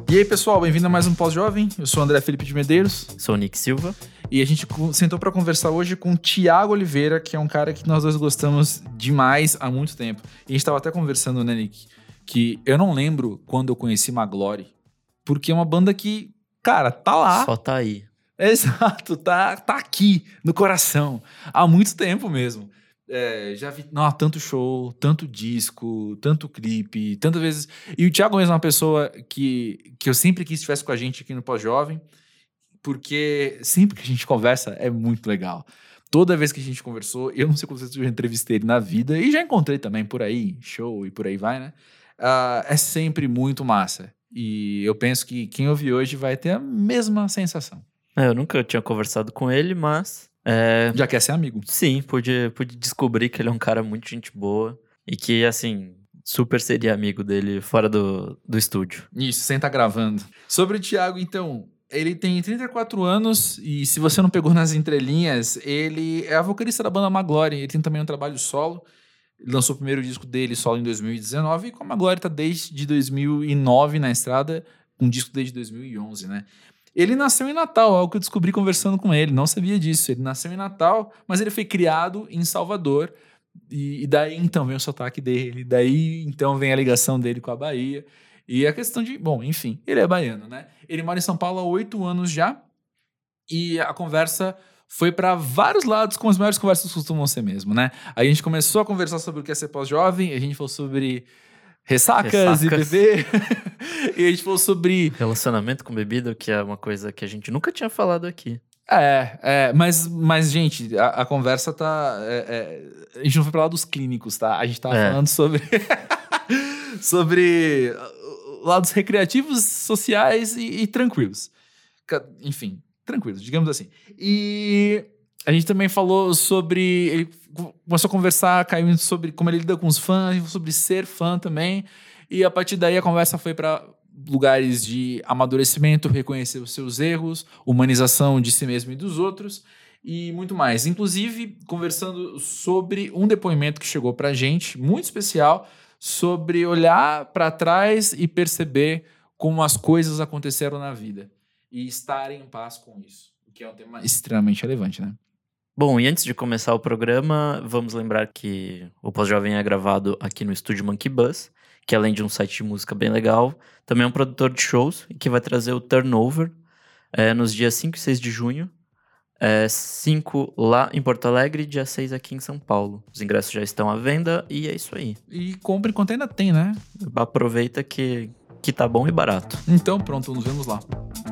E aí, pessoal, bem-vindo a mais um Pós-Jovem. Eu sou o André Felipe de Medeiros. Sou o Nick Silva. E a gente sentou para conversar hoje com o Thiago Oliveira, que é um cara que nós dois gostamos demais há muito tempo. E a gente estava até conversando, né, Nick, que eu não lembro quando eu conheci Maglory, porque é uma banda que, cara, tá lá. Só tá aí. Exato, tá aqui, no coração, há muito tempo mesmo. Já vi tanto show, tanto disco, tanto clipe, tantas vezes. E o Thiago mesmo é uma pessoa que eu sempre quis que estivesse com a gente aqui no Pós-Jovem, porque sempre que a gente conversa é muito legal. Toda vez que a gente conversou, eu não sei quantas vezes eu já entrevistei ele na vida, e já encontrei também por aí, show e por aí vai, né? É sempre muito massa. E eu penso que quem ouvir hoje vai ter a mesma sensação. Eu nunca tinha conversado com ele, mas... Já quer ser amigo. Sim, pude descobrir que ele é um cara muito gente boa. E que, assim, super seria amigo dele fora do estúdio. Isso, sem estar gravando. Sobre o Thiago, então, ele tem 34 anos e se você não pegou nas entrelinhas, ele é a vocalista da banda Maglory. Ele tem também um trabalho solo. Ele lançou o primeiro disco dele solo em 2019 e com a Maglory tá desde 2009 na estrada, um disco desde 2011, né? Ele nasceu em Natal, algo que eu descobri conversando com ele, não sabia disso. Ele nasceu em Natal, mas ele foi criado em Salvador, e daí então vem o sotaque dele, daí então vem a ligação dele com a Bahia, e a questão de, bom, enfim, ele é baiano, né? Ele mora em São Paulo há 8 anos já, e a conversa foi para vários lados, como as maiores conversas costumam ser mesmo, né? Aí a gente começou a conversar sobre o que é ser pós-jovem, a gente falou sobre ressacas e beber. E a gente falou sobre... relacionamento com bebida, que é uma coisa que a gente nunca tinha falado aqui. Mas gente, a conversa tá... a gente não foi pra lá dos clínicos, tá? A gente tava falando sobre... sobre lados recreativos, sociais e tranquilos. Enfim, tranquilos, digamos assim. E a gente também falou sobre... Ele começou a conversar, caiu sobre como ele lida com os fãs, sobre ser fã também. E a partir daí a conversa foi para lugares de amadurecimento, reconhecer os seus erros, humanização de si mesmo e dos outros e muito mais. Inclusive, conversando sobre um depoimento que chegou pra gente, muito especial, sobre olhar para trás e perceber como as coisas aconteceram na vida e estar em paz com isso, o que é um tema extremamente relevante, né? Bom, e antes de começar o programa, vamos lembrar que o Pós-Jovem é gravado aqui no estúdio Monkey Bus, que além de um site de música bem legal, também é um produtor de shows e que vai trazer o Turnover nos dias 5 e 6 de junho. 5 lá em Porto Alegre, dia 6 aqui em São Paulo. Os ingressos já estão à venda e é isso aí. E compre enquanto ainda tem, né? Aproveita que tá bom e barato. Então pronto, nos vemos lá.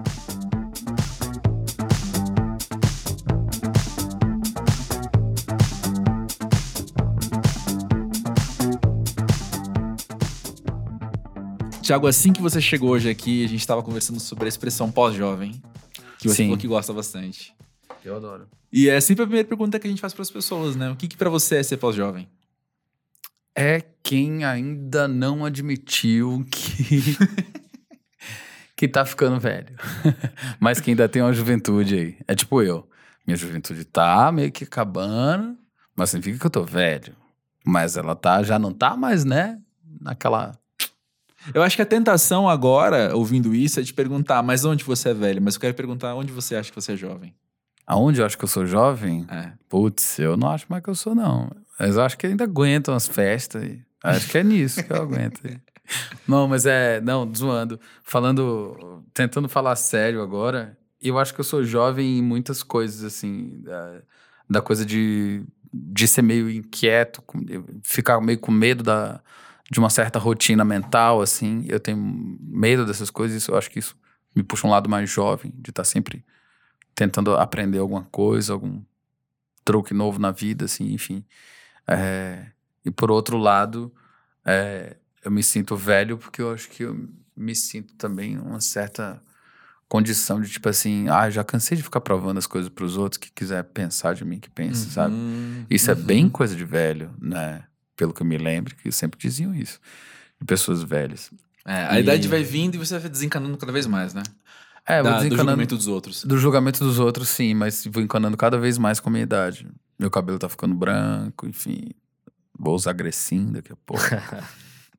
Thiago, assim que você chegou hoje aqui, a gente estava conversando sobre a expressão pós-jovem, que você falou que gosta bastante. Eu adoro. E é sempre a primeira pergunta que a gente faz para as pessoas, né? O que pra você é ser pós-jovem? É quem ainda não admitiu que que tá ficando velho. Mas que ainda tem uma juventude aí. É tipo eu. Minha juventude tá meio que acabando, mas significa que eu tô velho. Mas ela já não tá mais, né? Naquela... Eu acho que a tentação agora, ouvindo isso, é de perguntar, mas onde você é velho? Mas eu quero perguntar onde você acha que você é jovem. Aonde eu acho que eu sou jovem? É. Putz, eu não acho mais que eu sou, não. Mas eu acho que ainda aguento umas festas. Acho que é nisso que eu aguento. Não, mas não, zoando. Tentando falar sério agora, eu acho que eu sou jovem em muitas coisas, assim, da coisa de ser meio inquieto, ficar meio com medo de uma certa rotina mental, assim. Eu tenho medo dessas coisas, eu acho que isso me puxa um lado mais jovem, de estar sempre tentando aprender alguma coisa, algum truque novo na vida, assim, enfim. E por outro lado, eu me sinto velho porque eu acho que eu me sinto também uma certa condição de tipo assim, já cansei de ficar provando as coisas pros outros, que quiser pensar de mim, que pense, sabe? Isso é bem coisa de velho, né? Pelo que eu me lembro, que sempre diziam isso, de pessoas velhas. A idade vai vindo e você vai desencanando cada vez mais, né? Vou desencanando... Do julgamento dos outros. Do julgamento dos outros, sim, mas vou encanando cada vez mais com a minha idade. Meu cabelo tá ficando branco, enfim. Vou usar Grecinho daqui a pouco.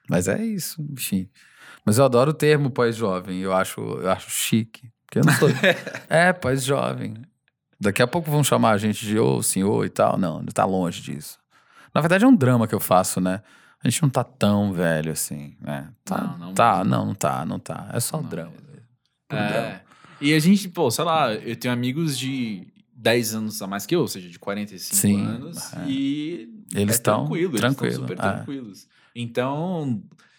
Mas é isso, enfim. Mas eu adoro o termo pós-jovem, eu acho chique. Porque eu não sou... pós-jovem. Daqui a pouco vão chamar a gente de senhor e tal. Não tá longe disso. Na verdade é um drama que eu faço, né? A gente não tá tão velho assim, né? Não tá. É só um drama. E a gente, sei lá, eu tenho amigos de 10 anos a mais que eu, ou seja, de 45 anos. E eles estão tranquilos. Eles estão super tranquilos. Então,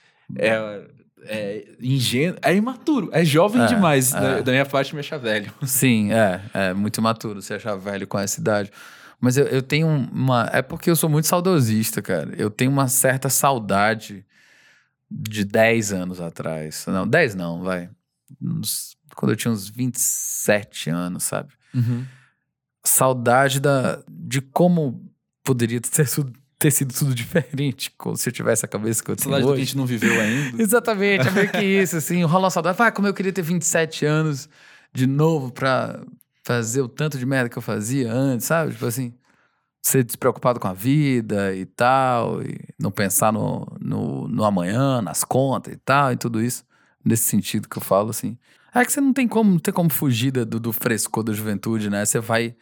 ingênuo, é imaturo, é jovem demais da minha parte me achar velho. Sim, é muito imaturo se achar velho com essa idade. Mas eu tenho uma... É porque eu sou muito saudosista, cara. Eu tenho uma certa saudade de 10 anos atrás. Não, 10 não, vai. Quando eu tinha uns 27 anos, sabe? Uhum. Saudade de como poderia ter sido tudo diferente se eu tivesse a cabeça que eu tenho saudade hoje. Do que a gente não viveu ainda. Exatamente, é meio que isso, assim. Rola uma saudade. Como eu queria ter 27 anos de novo pra fazer o tanto de merda que eu fazia antes, sabe? Tipo assim, ser despreocupado com a vida e tal, e não pensar no amanhã, nas contas e tal, e tudo isso. Nesse sentido que eu falo, assim. É que você não tem como fugir do frescor da juventude, né? Você vai...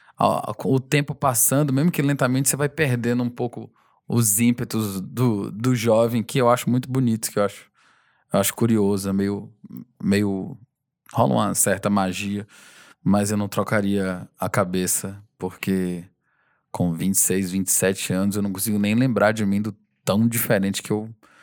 O tempo passando, mesmo que lentamente, você vai perdendo um pouco os ímpetos do jovem, que eu acho muito bonito, que eu acho curioso, meio... Rola uma certa magia, mas eu não trocaria a cabeça, porque com 26, 27 anos, eu não consigo nem lembrar de mim do tão diferente que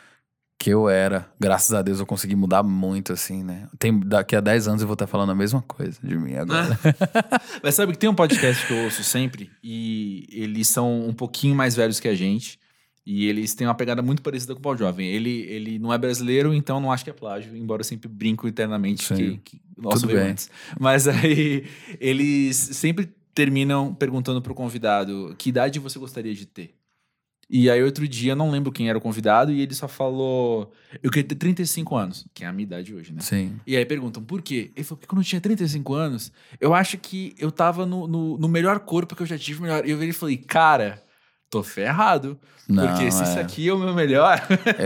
eu era. Graças a Deus eu consegui mudar muito, assim, né? Daqui a 10 anos eu vou estar falando a mesma coisa de mim agora. Mas sabe que tem um podcast que eu ouço sempre, e eles são um pouquinho mais velhos que a gente, e eles têm uma pegada muito parecida com o Paul Jovem. Ele não é brasileiro, então não acho que é plágio, embora eu sempre brinco internamente que nosso veio antes. Mas aí eles sempre terminam perguntando pro convidado que idade você gostaria de ter. E aí outro dia, eu não lembro quem era o convidado, e ele só falou, eu queria ter 35 anos, que é a minha idade hoje, né? Sim. E aí perguntam, por quê? Ele falou, porque quando eu tinha 35 anos, eu acho que eu tava no melhor corpo que eu já tive, melhor. E eu virei e falei, cara, tô ferrado. Não, porque se isso aqui é o meu melhor...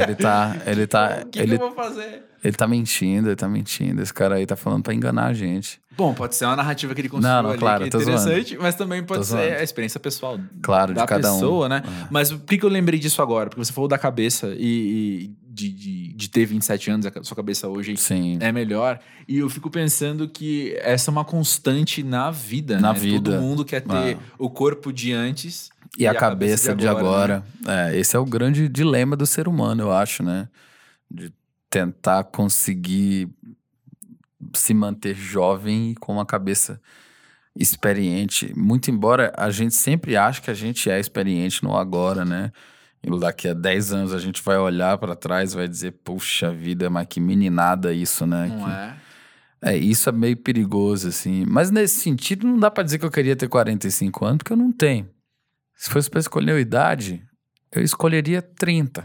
Ele tá... O que eu vou fazer? Ele tá mentindo. Esse cara aí tá falando pra enganar a gente. Bom, pode ser uma narrativa que ele construiu ali, claro, que é interessante, mas também pode ser a experiência pessoal da cada pessoa, um. né? Mas por que eu lembrei disso agora? Porque você falou da cabeça e de ter 27 anos, a sua cabeça hoje é melhor. E eu fico pensando que essa é uma constante na vida, na né? vida. Todo mundo quer ter o corpo de antes e a cabeça de agora. Né? Esse é o grande dilema do ser humano, eu acho, né? De tentar conseguir se manter jovem e com uma cabeça experiente. Muito embora a gente sempre ache que a gente é experiente no agora, né? E daqui a 10 anos a gente vai olhar pra trás e vai dizer, puxa vida, mas que meninada isso, né? Não isso é meio perigoso, assim. Mas nesse sentido, não dá pra dizer que eu queria ter 45 anos, porque eu não tenho. Se fosse pra escolher a idade, eu escolheria 30.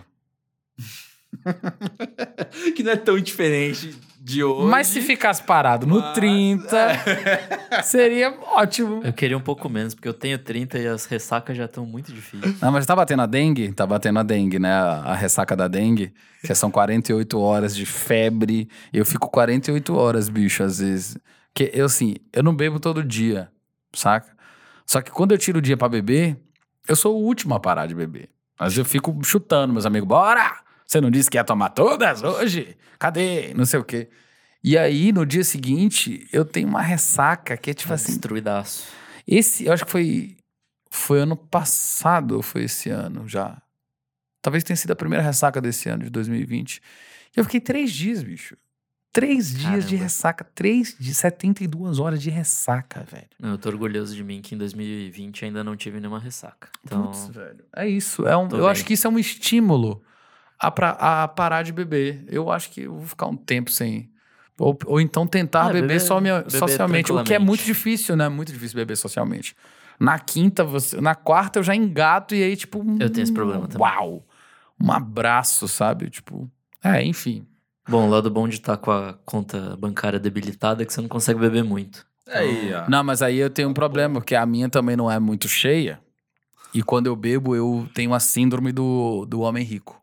Que não é tão diferente de hoje. Mas se ficasse parado no 30, seria ótimo. Eu queria um pouco menos, porque eu tenho 30 e as ressacas já estão muito difíceis. Não, mas tá batendo a dengue? Tá batendo a dengue, né? A ressaca da dengue, que são 48 horas de febre. Eu fico 48 horas, bicho, às vezes. Que eu não bebo todo dia, saca? Só que quando eu tiro o dia pra beber, eu sou o último a parar de beber. Mas eu fico chutando meus amigos, bora! Você não disse que ia tomar todas hoje? Cadê? Não sei o quê. E aí, no dia seguinte, eu tenho uma ressaca que é tipo assim... Destruidaço. Eu acho que foi ano passado ou foi esse ano já. Talvez tenha sido a primeira ressaca desse ano, de 2020. E eu fiquei 3 dias, bicho. 3 dias de ressaca. 72 horas de ressaca, velho. Eu tô orgulhoso de mim que em 2020 ainda não tive nenhuma ressaca. Então... Putz, velho. É isso. Eu acho que isso é um estímulo a parar de beber. Eu acho que eu vou ficar um tempo sem... Ou então tentar beber socialmente. O que é muito difícil, né? Muito difícil beber socialmente. Na quarta eu já engato e aí, tipo... Eu tenho esse problema também. Uau! Um abraço, sabe? Tipo... enfim. Bom, o lado bom de estar com a conta bancária debilitada é que você não consegue beber muito. Aí, ó. Não, mas aí eu tenho um problema, porque a minha também não é muito cheia. E quando eu bebo, eu tenho a síndrome do homem rico.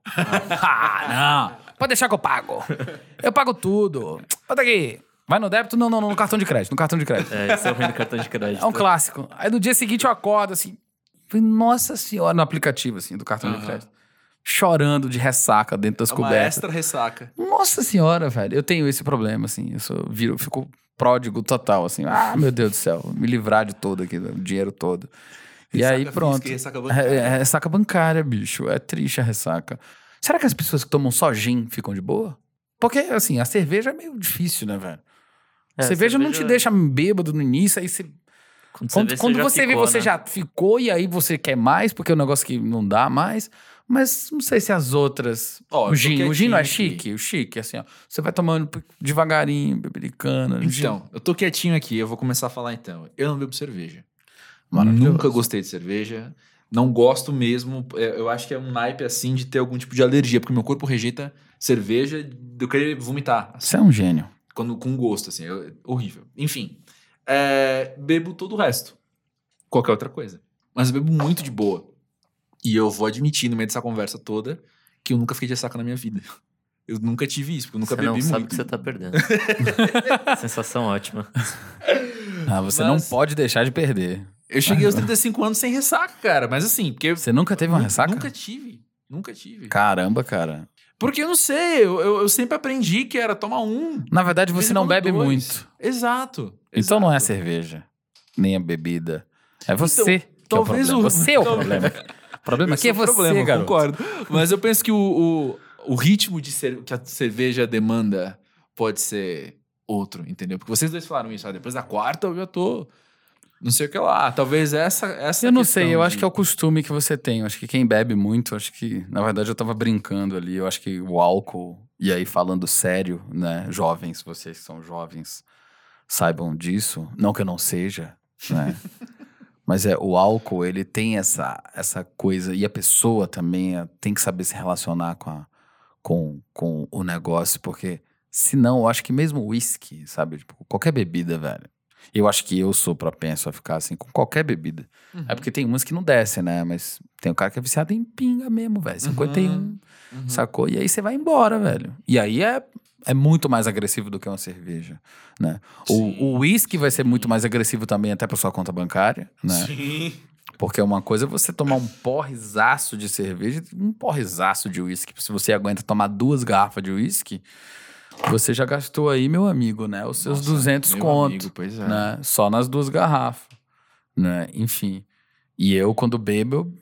Não. Pode deixar que eu pago. Eu pago tudo. Bota aqui. Vai no débito? Não, no cartão de crédito. No cartão de crédito. Isso é ruim no cartão de crédito. É um clássico. Aí no dia seguinte eu acordo assim. Nossa senhora, no aplicativo assim, do cartão de crédito. Chorando de ressaca dentro das É uma cobertas. extra ressaca. Nossa senhora, velho. Eu tenho esse problema, assim. Eu fico pródigo total, assim. Ah, meu Deus do céu. Me livrar de todo aqui, o dinheiro todo. E Ressaca aí, pronto. física e ressaca bancária. É ressaca bancária, bicho. É triste a ressaca. Será que as pessoas que tomam só gin ficam de boa? Porque, assim, a cerveja é meio difícil, né, velho? Cerveja não te deixa bêbado no início, aí você... Quando você vê, você já ficou e aí você quer mais, porque é um negócio que não dá mais. Mas não sei se as outras... o gin não é chique? O chique, assim, ó. Você vai tomando devagarinho, bebericando. Então, eu tô quietinho aqui, eu vou começar a falar então. Eu não bebo cerveja. Maravilhoso. Nunca gostei de cerveja. Não gosto mesmo. Eu acho que é um naipe, assim, de ter algum tipo de alergia, porque meu corpo rejeita cerveja de eu querer vomitar. Assim, Você é um gênio. com gosto, assim. Horrível. Enfim. Bebo todo o resto. Qualquer outra coisa. Mas eu bebo muito de boa. E eu vou admitir, no meio dessa conversa toda, que eu nunca fiquei de ressaca na minha vida. Eu nunca tive isso, porque eu nunca bebi muito. Você não sabe o que você tá perdendo. Sensação ótima. Você não pode deixar de perder. Eu cheguei aos 35 anos sem ressaca, cara. Mas assim, porque... Você nunca teve uma ressaca? Nunca tive. Caramba, cara. Porque eu não sei, eu sempre aprendi que era tomar um. Na verdade, você não bebe dois. muito. Exato. Então não é cerveja, nem a bebida. É você que talvez é o problema. Você é o problema. O problema aqui é você, garoto. Concordo. Mas eu penso que o ritmo que a cerveja demanda pode ser outro, entendeu? Porque vocês dois falaram isso, depois da quarta eu já tô... Não sei o que lá. Talvez essa eu não sei, eu acho que é o costume que você tem. Eu acho que quem bebe muito, acho que... Na verdade, eu tava brincando ali. Eu acho que o álcool... E aí, falando sério, né? Jovens, vocês que são jovens, saibam disso. Não que eu não seja, né? Mas o álcool, ele tem essa coisa... E a pessoa também tem que saber se relacionar com o negócio. Porque, senão, eu acho que mesmo o uísque, sabe? Tipo, qualquer bebida, velho. Eu acho que eu sou propenso a ficar assim com qualquer bebida. Uhum. É porque tem umas que não descem, né? Mas tem um cara que é viciado em pinga mesmo, velho. 51, sacou? E aí você vai embora, velho. E aí é muito mais agressivo do que uma cerveja, né? O uísque vai ser muito mais agressivo também até pra sua conta bancária, né? Sim. Porque uma coisa é você tomar um porrezaço de cerveja e um porrezaço de uísque. Se você aguenta tomar 2 garrafas de uísque... Você já gastou aí, meu amigo, né? Os seus 200 conto, amigo, pois é. Né? Só nas 2 garrafas, né? Enfim. E eu, quando bebo,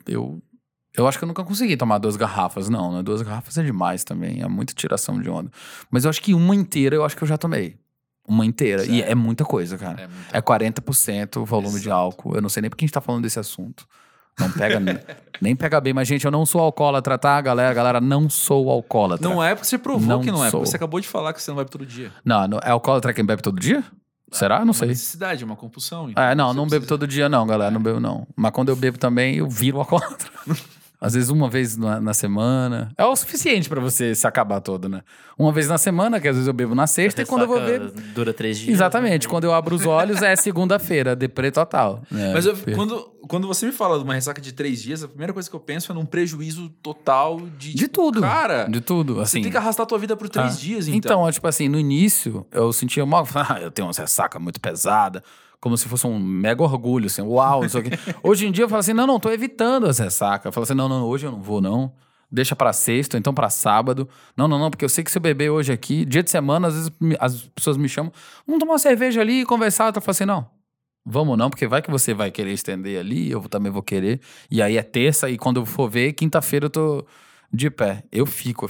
eu acho que eu nunca consegui tomar 2 garrafas, não, né? 2 garrafas é demais também, é muita tiração de onda. Mas eu acho que uma inteira eu acho que eu já tomei. Uma inteira. Certo. E é muita coisa, cara. É 40% o volume de álcool. Eu não sei nem por que a gente tá falando desse assunto. Não pega nem pega bem, mas gente, eu não sou alcoólatra, tá, galera? Galera, não sou alcoólatra. Não é porque você provou que não é, porque você acabou de falar que você não bebe todo dia. Não, é alcoólatra quem bebe todo dia? Será? Não sei. É uma necessidade, uma compulsão. Então não bebo todo dia não, galera, não bebo não. Mas quando eu bebo também, eu viro alcoólatra. Às vezes uma vez na semana. É o suficiente pra você se acabar todo, né? Uma vez na semana, que às vezes eu bebo na sexta, e quando eu vou ver... Dura 3 dias. Exatamente. Né? Quando eu abro os olhos, é segunda-feira, deprê total. Mas quando você me fala de uma ressaca de 3 dias, a primeira coisa que eu penso é num prejuízo total de tudo. Cara, de tudo. Assim, você tem que arrastar a tua vida por 3 dias, então. Então, tipo assim, no início, eu sentia mal. Eu tenho uma ressaca muito pesada. Como se fosse um mega orgulho, assim, uau, isso aqui. Hoje em dia eu falo assim, não, tô evitando as ressacas. Eu falo assim, não, hoje eu não vou, não. Deixa pra sexta, ou então pra sábado. Não, porque eu sei que se eu beber hoje aqui, dia de semana, às vezes as pessoas me chamam, vamos tomar uma cerveja ali e conversar. Eu falo assim, não, vamos não, porque vai que você vai querer estender ali, eu também vou querer. E aí é terça, e quando eu for ver, quinta-feira eu tô de pé. Eu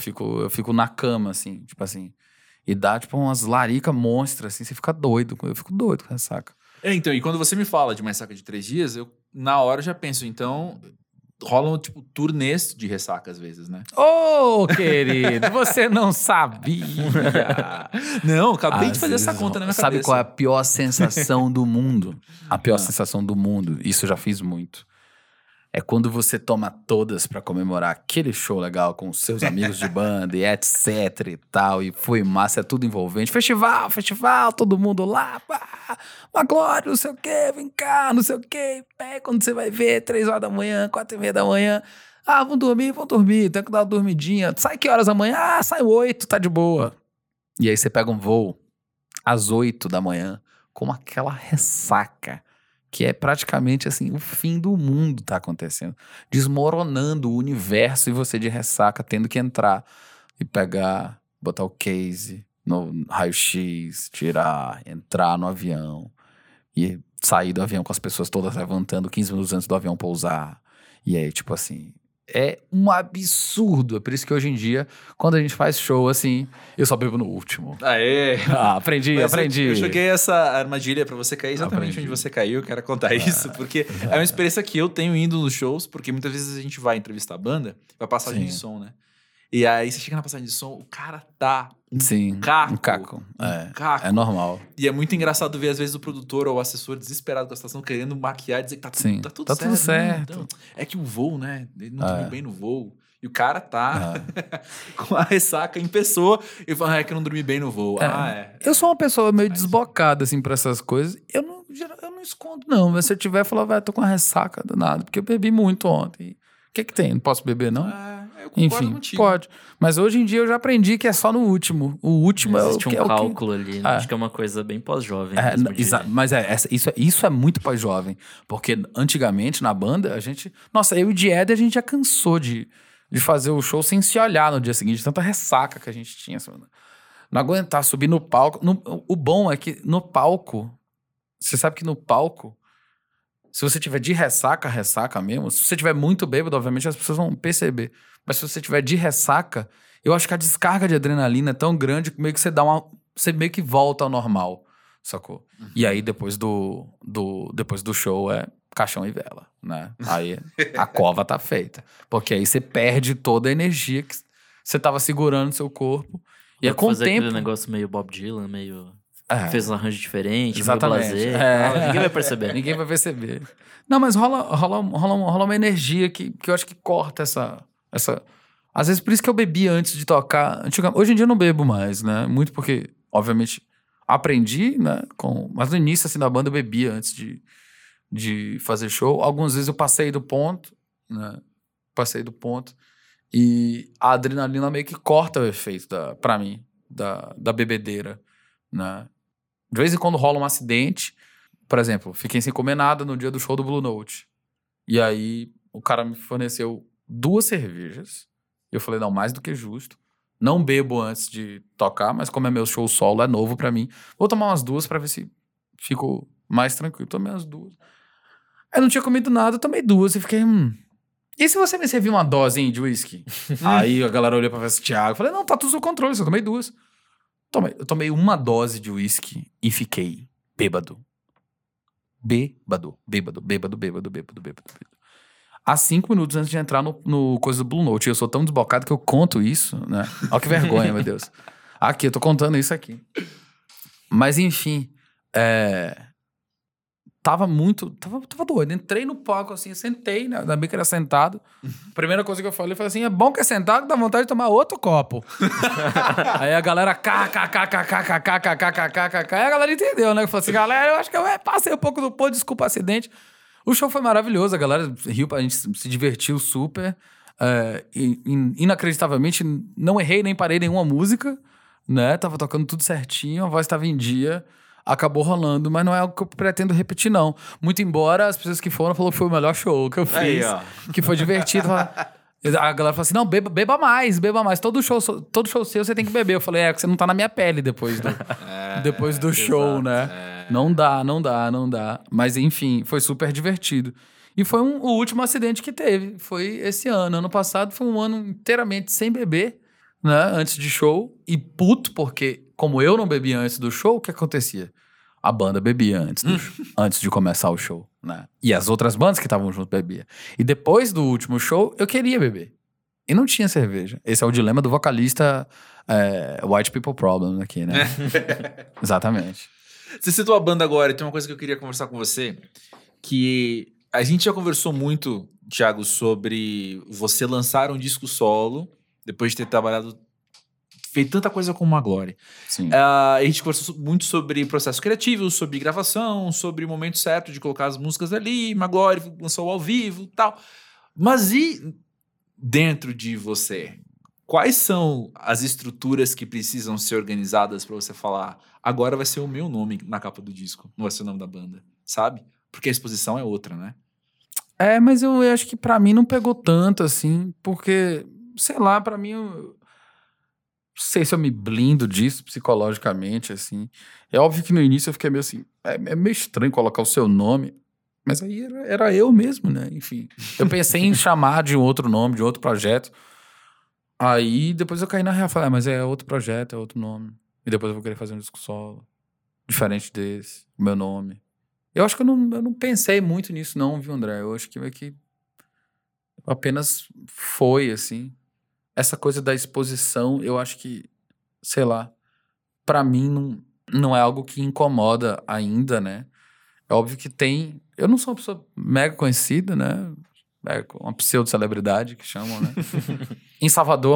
fico na cama, assim, tipo assim. E dá, tipo, umas laricas monstras, assim, você fica doido. Eu fico doido com ressaca. Então, e quando você me fala de uma ressaca de 3 dias, eu na hora já penso, então, rolam, tipo, turnês de ressaca às vezes, né? Ô, querido, você não sabia. Não, acabei de fazer essa conta na minha cabeça. Sabe qual é a pior sensação do mundo? A pior sensação do mundo, isso eu já fiz muito. É quando você toma todas pra comemorar aquele show legal com os seus amigos de banda e etc e tal. E foi massa, é tudo envolvente. Festival, todo mundo lá. Pá, Maglore, não sei o quê, vem cá, não sei o quê. Pé, quando você vai ver, 3 horas da manhã, 4:30 da manhã. Ah, vamos dormir, tem que dar uma dormidinha. Sai que horas da manhã? Ah, sai 8, tá de boa. E aí você pega um voo às 8 da manhã com aquela ressaca. Que é praticamente assim, o fim do mundo tá acontecendo. Desmoronando o universo e você de ressaca tendo que entrar e pegar, botar o case no raio-x, tirar, entrar no avião e sair do avião com as pessoas todas levantando 15 minutos antes do avião pousar. E aí, tipo assim, é um absurdo. É por isso que hoje em dia, quando a gente faz show assim, eu só bebo no último. Aê! Aprendi. Eu joguei essa armadilha pra você cair exatamente onde você caiu. Eu quero contar isso, porque é uma experiência que eu tenho indo nos shows, porque muitas vezes a gente vai entrevistar a banda, vai passagem de som, né? E aí você chega na passagem de som, o cara tá caco. caco. É normal. E é muito engraçado ver, às vezes, o produtor ou o assessor desesperado com a situação, querendo maquiar e dizer que tá tudo certo. Então, é que o voo, né? Ele não dormiu bem no voo. E o cara tá com a ressaca em pessoa e fala, é que eu não dormi bem no voo. Eu sou uma pessoa meio desbocada, assim, pra essas coisas. Eu não escondo, não. Mas se eu tiver, eu falo, vai, tô com uma ressaca do nada, porque eu bebi muito ontem. O que tem? Não posso beber, não? Eu concordo contigo. Pode. Mas hoje em dia eu já aprendi que é só no último. O último existe é o que... um cálculo ali. Acho que é uma coisa bem pós-jovem. Mas isso é muito pós-jovem. Porque antigamente, na banda, a gente... Nossa, eu e o Died, a gente já cansou de fazer o show sem se olhar no dia seguinte. Tanta ressaca que a gente tinha. Não aguentar subir no palco. O bom é que no palco... Você sabe que no palco... Se você tiver de ressaca mesmo, se você tiver muito bêbado, obviamente as pessoas vão perceber. Mas se você tiver de ressaca, eu acho que a descarga de adrenalina é tão grande que meio que você meio que volta ao normal, sacou? E aí depois do show é caixão e vela, né? Aí a cova tá feita. Porque aí você perde toda a energia que você tava segurando no seu corpo. E é com o tempo... aquele negócio meio Bob Dylan, meio... Fez um arranjo diferente, exatamente. Meio ninguém vai perceber. Ninguém vai perceber. Não, mas rola uma energia que eu acho que corta essa... Às vezes, por isso que eu bebi antes de tocar. Hoje em dia eu não bebo mais, né? Muito porque, obviamente, aprendi, né? Mas no início, assim, da banda eu bebia antes de fazer show. Algumas vezes eu passei do ponto, né? E a adrenalina meio que corta o efeito, pra mim, da bebedeira, né? De vez em quando rola um acidente. Por exemplo, fiquei sem comer nada no dia do show do Blue Note. E aí, o cara me forneceu 2 cervejas. Eu falei, não, mais do que justo. Não bebo antes de tocar, mas como é meu show solo, é novo pra mim. Vou tomar umas 2 pra ver se fico mais tranquilo. Tomei as 2. Aí não tinha comido nada, tomei 2 e fiquei, E se você me servir uma dose de whisky? Aí a galera olhou pra ver esse Thiago. Eu falei, não, tá tudo sob controle, só tomei 2. Eu tomei 1 dose de whisky e fiquei bêbado. Há 5 minutos antes de entrar no coisa do Blue Note. Eu sou tão desbocado que eu conto isso, né? Olha que vergonha, meu Deus. Aqui, eu tô contando isso aqui. Mas, enfim, tava doido. Entrei no palco, assim, sentei, né? Ainda bem que era sentado. Primeira coisa que eu falei foi assim, é bom que é sentado, dá vontade de tomar outro copo. Aí a galera, aí a galera entendeu, né? Eu falei assim, galera, eu acho que eu passei um pouco do ponto, desculpa o acidente. O show foi maravilhoso, a galera riu, a gente se divertiu super. Inacreditavelmente, não errei nem parei nenhuma música, né? Tava tocando tudo certinho, a voz tava em dia. Acabou rolando, mas não é algo que eu pretendo repetir, não. Muito embora as pessoas que foram falaram que foi o melhor show que eu fiz. Que foi divertido. A galera falou assim, não, beba mais. Todo show seu você tem que beber. Eu falei, porque você não tá na minha pele depois do show, né? Não dá. Mas enfim, foi super divertido. E foi o último acidente que teve. Foi esse ano. Ano passado foi um ano inteiramente sem beber, né? Antes de show. E puto, porque como eu não bebia antes do show, o que acontecia? A banda bebia antes de começar o show, né? E as outras bandas que estavam junto bebiam. E depois do último show, eu queria beber. E não tinha cerveja. Esse é o dilema do vocalista White People Problem aqui, né? Exatamente. Você citou a banda agora e tem uma coisa que eu queria conversar com você, que A gente já conversou muito, Thiago, sobre você lançar um disco solo depois de ter trabalhado, feito tanta coisa com Magloire. Sim. A gente conversou muito sobre processo criativo, sobre gravação, sobre o momento certo de colocar as músicas ali, Magloire lançou ao vivo e tal. Mas e dentro de você? Quais são as estruturas que precisam ser organizadas para você falar, agora vai ser o meu nome na capa do disco, não vai ser o nome da banda, sabe? Porque a exposição é outra, né? Mas eu acho que pra mim não pegou tanto, assim, porque, sei lá, pra mim, eu não sei se eu me blindo disso psicologicamente, assim. É óbvio que no início eu fiquei meio assim, é meio estranho colocar o seu nome, mas aí era eu mesmo, né? Enfim, eu pensei em chamar de um outro nome, de outro projeto. Aí depois eu caí na real, falei, mas é outro projeto, é outro nome. E depois eu vou querer fazer um disco solo, diferente desse, o meu nome. Eu acho que eu não pensei muito nisso não, viu, André? Eu acho que apenas foi, assim. Essa coisa da exposição, eu acho que, sei lá, pra mim não é algo que incomoda ainda, né? É óbvio que tem... Eu não sou uma pessoa mega conhecida, né? É uma pseudo-celebridade que chamam, né? Em Salvador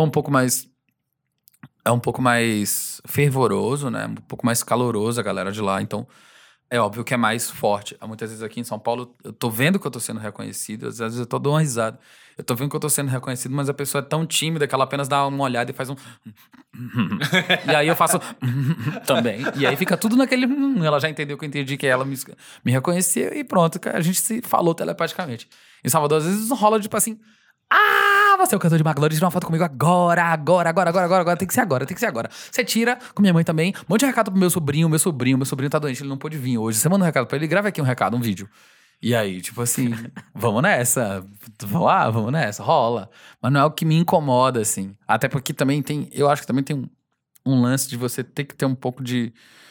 é um pouco mais fervoroso, né? Um pouco mais caloroso a galera de lá, então é óbvio que é mais forte. Muitas vezes aqui em São Paulo eu tô vendo que eu tô sendo reconhecido, às vezes eu tô dando uma risada. Eu tô vendo que eu tô sendo reconhecido, mas a pessoa é tão tímida que ela apenas dá uma olhada e faz um... E aí eu faço também. E aí fica tudo naquele... Ela já entendeu que eu entendi que ela me reconheceu e pronto, a gente se falou telepaticamente. Em Salvador, às vezes rola tipo assim... Você é o cantor de Magloire, tira uma foto comigo agora, tem que ser agora. Você tira com minha mãe também, um monte de recado pro meu sobrinho tá doente, ele não pôde vir hoje. Você manda um recado pra ele, grava aqui um recado, um vídeo. E aí, tipo assim, vamos nessa, vamos nessa, rola. Mas não é o que me incomoda, assim. Até porque também eu acho que também tem um lance de você ter que ter um pouco de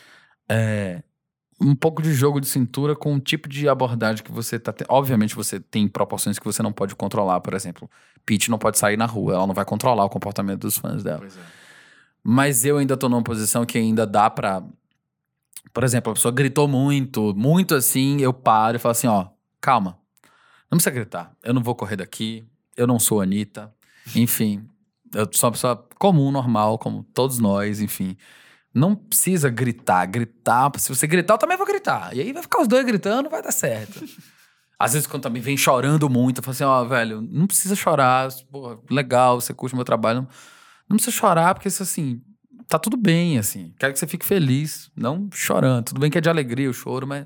jogo de cintura com o tipo de abordagem que você tá tendo. Obviamente você tem proporções que você não pode controlar, por exemplo. Peach não pode sair na rua, ela não vai controlar o comportamento dos fãs dela. Pois é. Mas eu ainda tô numa posição que ainda dá pra... Por exemplo, a pessoa gritou muito assim, eu paro e falo assim, ó, calma. Não precisa gritar. Eu não vou correr daqui, eu não sou a Anitta. Enfim, eu sou uma pessoa comum, normal, como todos nós, enfim. Não precisa gritar. Se você gritar, eu também vou gritar. E aí vai ficar os dois gritando, vai dar certo. Às vezes, quando também vem chorando muito, eu falo assim, ó, velho, não precisa chorar. Pô, legal, você curte o meu trabalho. Não precisa chorar, porque isso, assim, tá tudo bem, assim. Quero que você fique feliz, não chorando. Tudo bem que é de alegria o choro, mas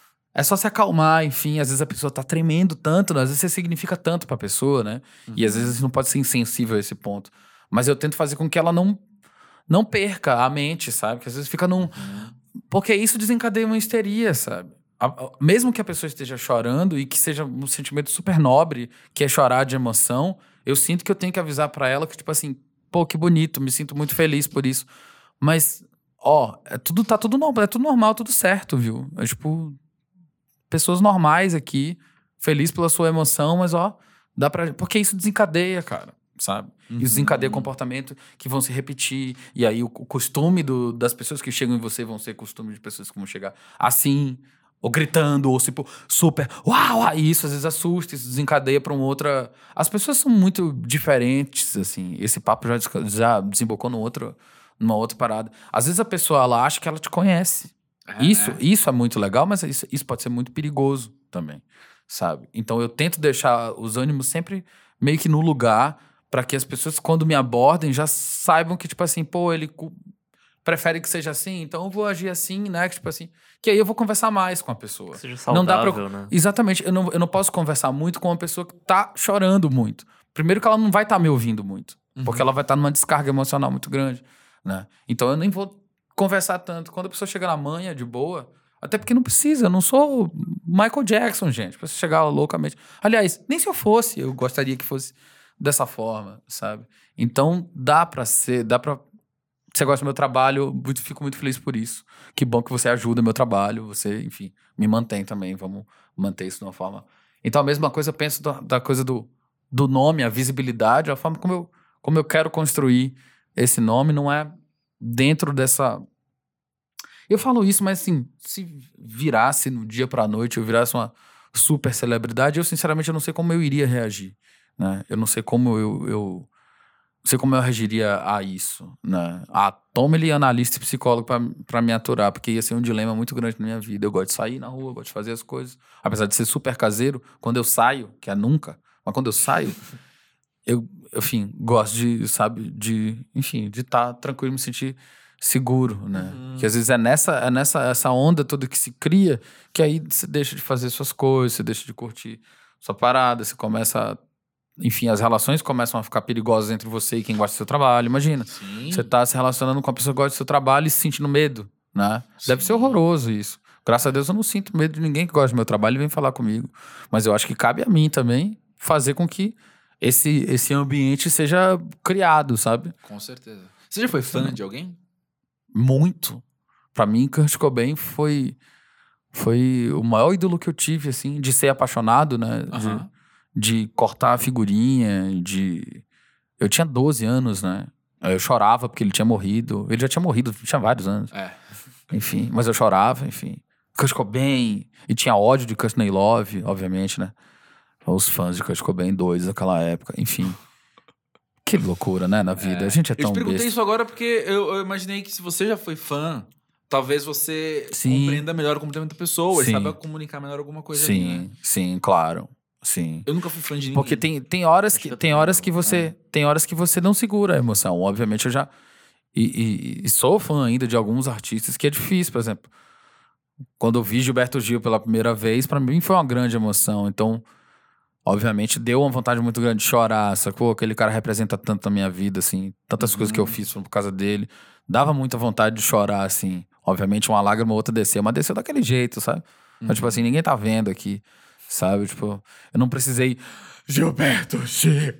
é só se acalmar, enfim. Às vezes a pessoa tá tremendo tanto, né? Às vezes você significa tanto pra pessoa, né? E às vezes não pode ser insensível a esse ponto. Mas eu tento fazer com que ela não perca a mente, sabe? Que às vezes fica porque isso desencadeia uma histeria, sabe? Mesmo que a pessoa esteja chorando e que seja um sentimento super nobre, que é chorar de emoção, eu sinto que eu tenho que avisar pra ela que, tipo assim, pô, que bonito, me sinto muito feliz por isso. Mas, ó, tá tudo normal, é tudo normal, tudo certo, viu? É tipo, pessoas normais aqui, feliz pela sua emoção, mas, ó, dá pra... Porque isso desencadeia, cara, sabe? Isso desencadeia comportamento que vão se repetir. E aí o costume das pessoas que chegam em você vão ser costume de pessoas que vão chegar assim, ou gritando, ou tipo, super, uau! E isso às vezes assusta, isso desencadeia pra uma outra... As pessoas são muito diferentes, assim. Esse papo já desembocou numa outra parada. Às vezes a pessoa, ela acha que ela te conhece. Isso é muito legal, mas isso pode ser muito perigoso também, sabe? Então eu tento deixar os ânimos sempre meio que no lugar, pra que as pessoas, quando me abordem, já saibam que, tipo assim, pô, ele prefere que seja assim, então eu vou agir assim, né? Que, tipo assim, que aí eu vou conversar mais com a pessoa. Que seja saudável, né? Exatamente. Eu não posso conversar muito com uma pessoa que tá chorando muito. Primeiro que ela não vai estar me ouvindo muito. Porque ela vai estar numa descarga emocional muito grande, né? Então eu nem vou conversar tanto. Quando a pessoa chega na manhã, de boa... Até porque não precisa, eu não sou Michael Jackson, gente, pra você chegar loucamente. Aliás, nem se eu fosse, eu gostaria que fosse dessa forma, sabe? Então, dá pra... Você gosta do meu trabalho, fico muito feliz por isso. Que bom que você ajuda o meu trabalho, você, enfim, me mantém também, vamos manter isso de uma forma... Então, a mesma coisa eu penso da coisa do nome, a visibilidade, a forma como eu quero construir esse nome, não é dentro dessa... Eu falo isso, mas assim, se virasse no dia pra noite, eu virasse super celebridade, eu sinceramente eu não sei como eu iria reagir, né? Eu não sei como eu não sei como eu reagiria a isso, né? Toma ele analista e psicólogo pra me aturar, porque ia ser um dilema muito grande na minha vida. Eu gosto de sair na rua, gosto de fazer as coisas. Apesar de ser super caseiro, quando eu saio, que é nunca, mas quando eu saio, enfim, gosto de, sabe, enfim, de estar tranquilo, me sentir seguro, né? Que às vezes é essa onda toda que se cria, que aí você deixa de fazer suas coisas, você deixa de curtir sua parada, você começa enfim, as relações começam a ficar perigosas entre você e quem gosta do seu trabalho. Imagina, você tá se relacionando com uma pessoa que gosta do seu trabalho e se sentindo medo, né? Deve ser horroroso isso. Graças a Deus eu não sinto medo de ninguém que gosta do meu trabalho e vem falar comigo. Mas eu acho que cabe a mim também fazer com que esse ambiente seja criado, sabe? Com certeza. Você já foi fã de alguém? Muito. Pra mim, Kurt Cobain foi o maior ídolo que eu tive, assim, de ser apaixonado, né? De cortar a figurinha, Eu tinha 12 anos, né? Eu chorava porque ele tinha morrido. Ele já tinha morrido, tinha vários anos. Enfim, mas eu chorava, enfim. Kurt Cobain. E tinha ódio de Courtney Love, obviamente, né? Os fãs de Kurt Cobain doidos daquela época, enfim. Que loucura, né, na vida. A gente é tão Eu te perguntei besta. isso agora porque eu imaginei que se você já foi fã, talvez você compreenda melhor o comportamento da pessoa e saiba comunicar melhor alguma coisa ali, né? Sim, claro. Sim. Eu nunca fui fã de ninguém. Porque tem horas que você não segura a emoção. Obviamente eu já e sou fã ainda de alguns artistas que é difícil, por exemplo. Quando eu vi Gilberto Gil pela primeira vez, pra mim foi uma grande emoção. Então, obviamente deu uma vontade muito grande de chorar, sacou? Aquele cara representa tanto na minha vida, assim, tantas coisas que eu fiz foram por causa dele. Dava muita vontade de chorar, assim. Obviamente uma lágrima ou outra desceu, mas desceu daquele jeito, sabe? Mas, tipo assim, ninguém tá vendo aqui. Sabe, tipo, eu não precisei Gilberto Gil,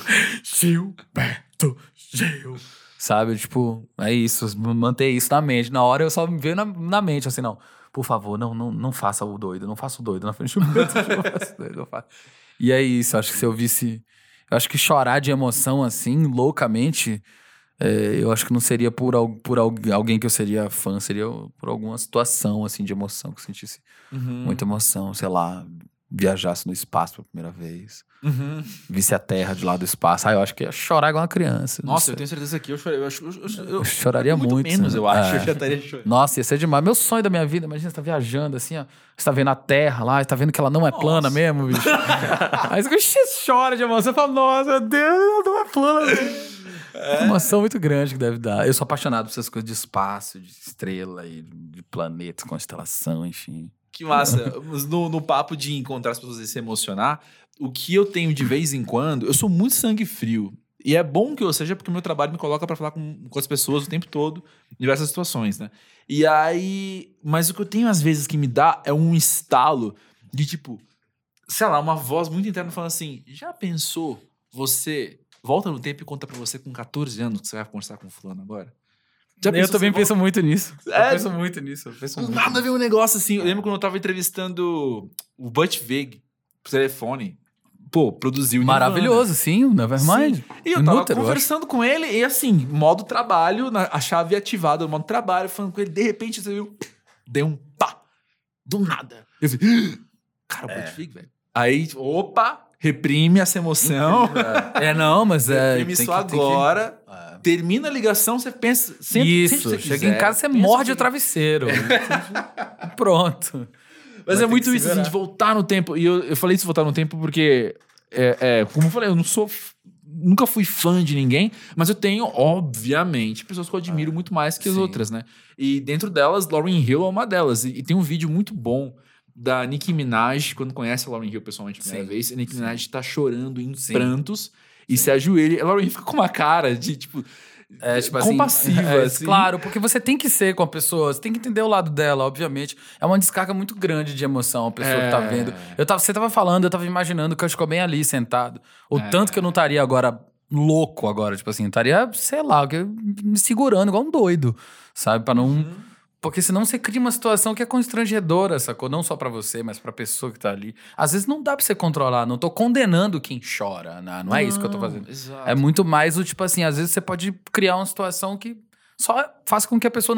sabe, tipo, é isso, manter isso na mente. Na hora eu só me veio na mente, assim, não, por favor, não faça o doido, não faça o doido na frente do Gilberto Gil, não faça o doido, não faça. E é isso, acho que se eu visse, eu acho que chorar de emoção, assim, loucamente, eu acho que não seria por alguém que eu seria fã, seria por alguma situação, assim, de emoção, que eu sentisse muita emoção, sei lá, viajasse no espaço pela primeira vez. Visse a Terra de lá do espaço. Eu acho que ia chorar igual uma criança. Nossa, eu tenho certeza que eu choraria muito. Menos, eu acho. Eu já estaria chorando. Nossa, ia ser demais. Meu sonho da minha vida, imagina, você tá viajando assim, ó. Você tá vendo a Terra lá, você tá vendo que ela não é plana mesmo, bicho. Aí você chora de emoção. Você fala, nossa, meu Deus, ela não é plana mesmo. É uma emoção muito grande que deve dar. Eu sou apaixonado por essas coisas de espaço, de estrela e de planetas, constelação, enfim. Que massa. No papo de encontrar as pessoas e se emocionar, o que eu tenho de vez em quando, eu sou muito sangue frio. E é bom que eu seja, porque o meu trabalho me coloca pra falar com as pessoas o tempo todo, em diversas situações, né? E aí... Mas o que eu tenho às vezes que me dá é um estalo de tipo... Sei lá, uma voz muito interna falando assim, já pensou você... Volta no tempo e conta pra você com 14 anos que você vai conversar com o fulano agora? Eu também penso muito nisso. É, eu penso muito nisso. Nada a ver um negócio assim. Eu lembro quando eu tava entrevistando o Butch Vig por telefone. Pô, produziu maravilhoso, sim, o Nevermind. E eu tava conversando com ele e assim, modo trabalho, a chave ativada no modo trabalho, falando com ele, de repente você viu, deu um pá, do nada. Eu falei, cara, o Butch Vig, velho. Aí, opa, reprime essa emoção. Não, mas reprime isso agora. Termina a ligação, você pensa... Sempre que você chega em casa, você morde o travesseiro. Pronto. Mas é muito isso, assim, de voltar no tempo. E eu falei isso, voltar no tempo, porque... como eu falei, eu nunca fui fã de ninguém, mas eu tenho, obviamente, pessoas que eu admiro muito mais que as outras, né? E dentro delas, Lauryn Hill é uma delas. E tem um vídeo muito bom da Nicki Minaj, quando conhece a Lauryn Hill pessoalmente a primeira vez, a Nicki Minaj tá chorando em prantos e se ajoelha. A Lauryn Hill fica com uma cara de, tipo compassiva. Assim. Claro, porque você tem que ser com a pessoa, você tem que entender o lado dela, obviamente. É uma descarga muito grande de emoção, a pessoa que tá vendo. Você tava falando, eu tava imaginando que eu ficou bem ali, sentado. O tanto que eu não estaria agora louco agora, tipo assim, estaria, sei lá, me segurando igual um doido, sabe? Pra não... Porque senão você cria uma situação que é constrangedora, sacou? Não só pra você, mas pra pessoa que tá ali. Às vezes não dá pra você controlar, não tô condenando quem chora, né? Não é isso que eu tô fazendo. Exato. É muito mais o tipo assim, às vezes você pode criar uma situação que só faça com que a pessoa não fique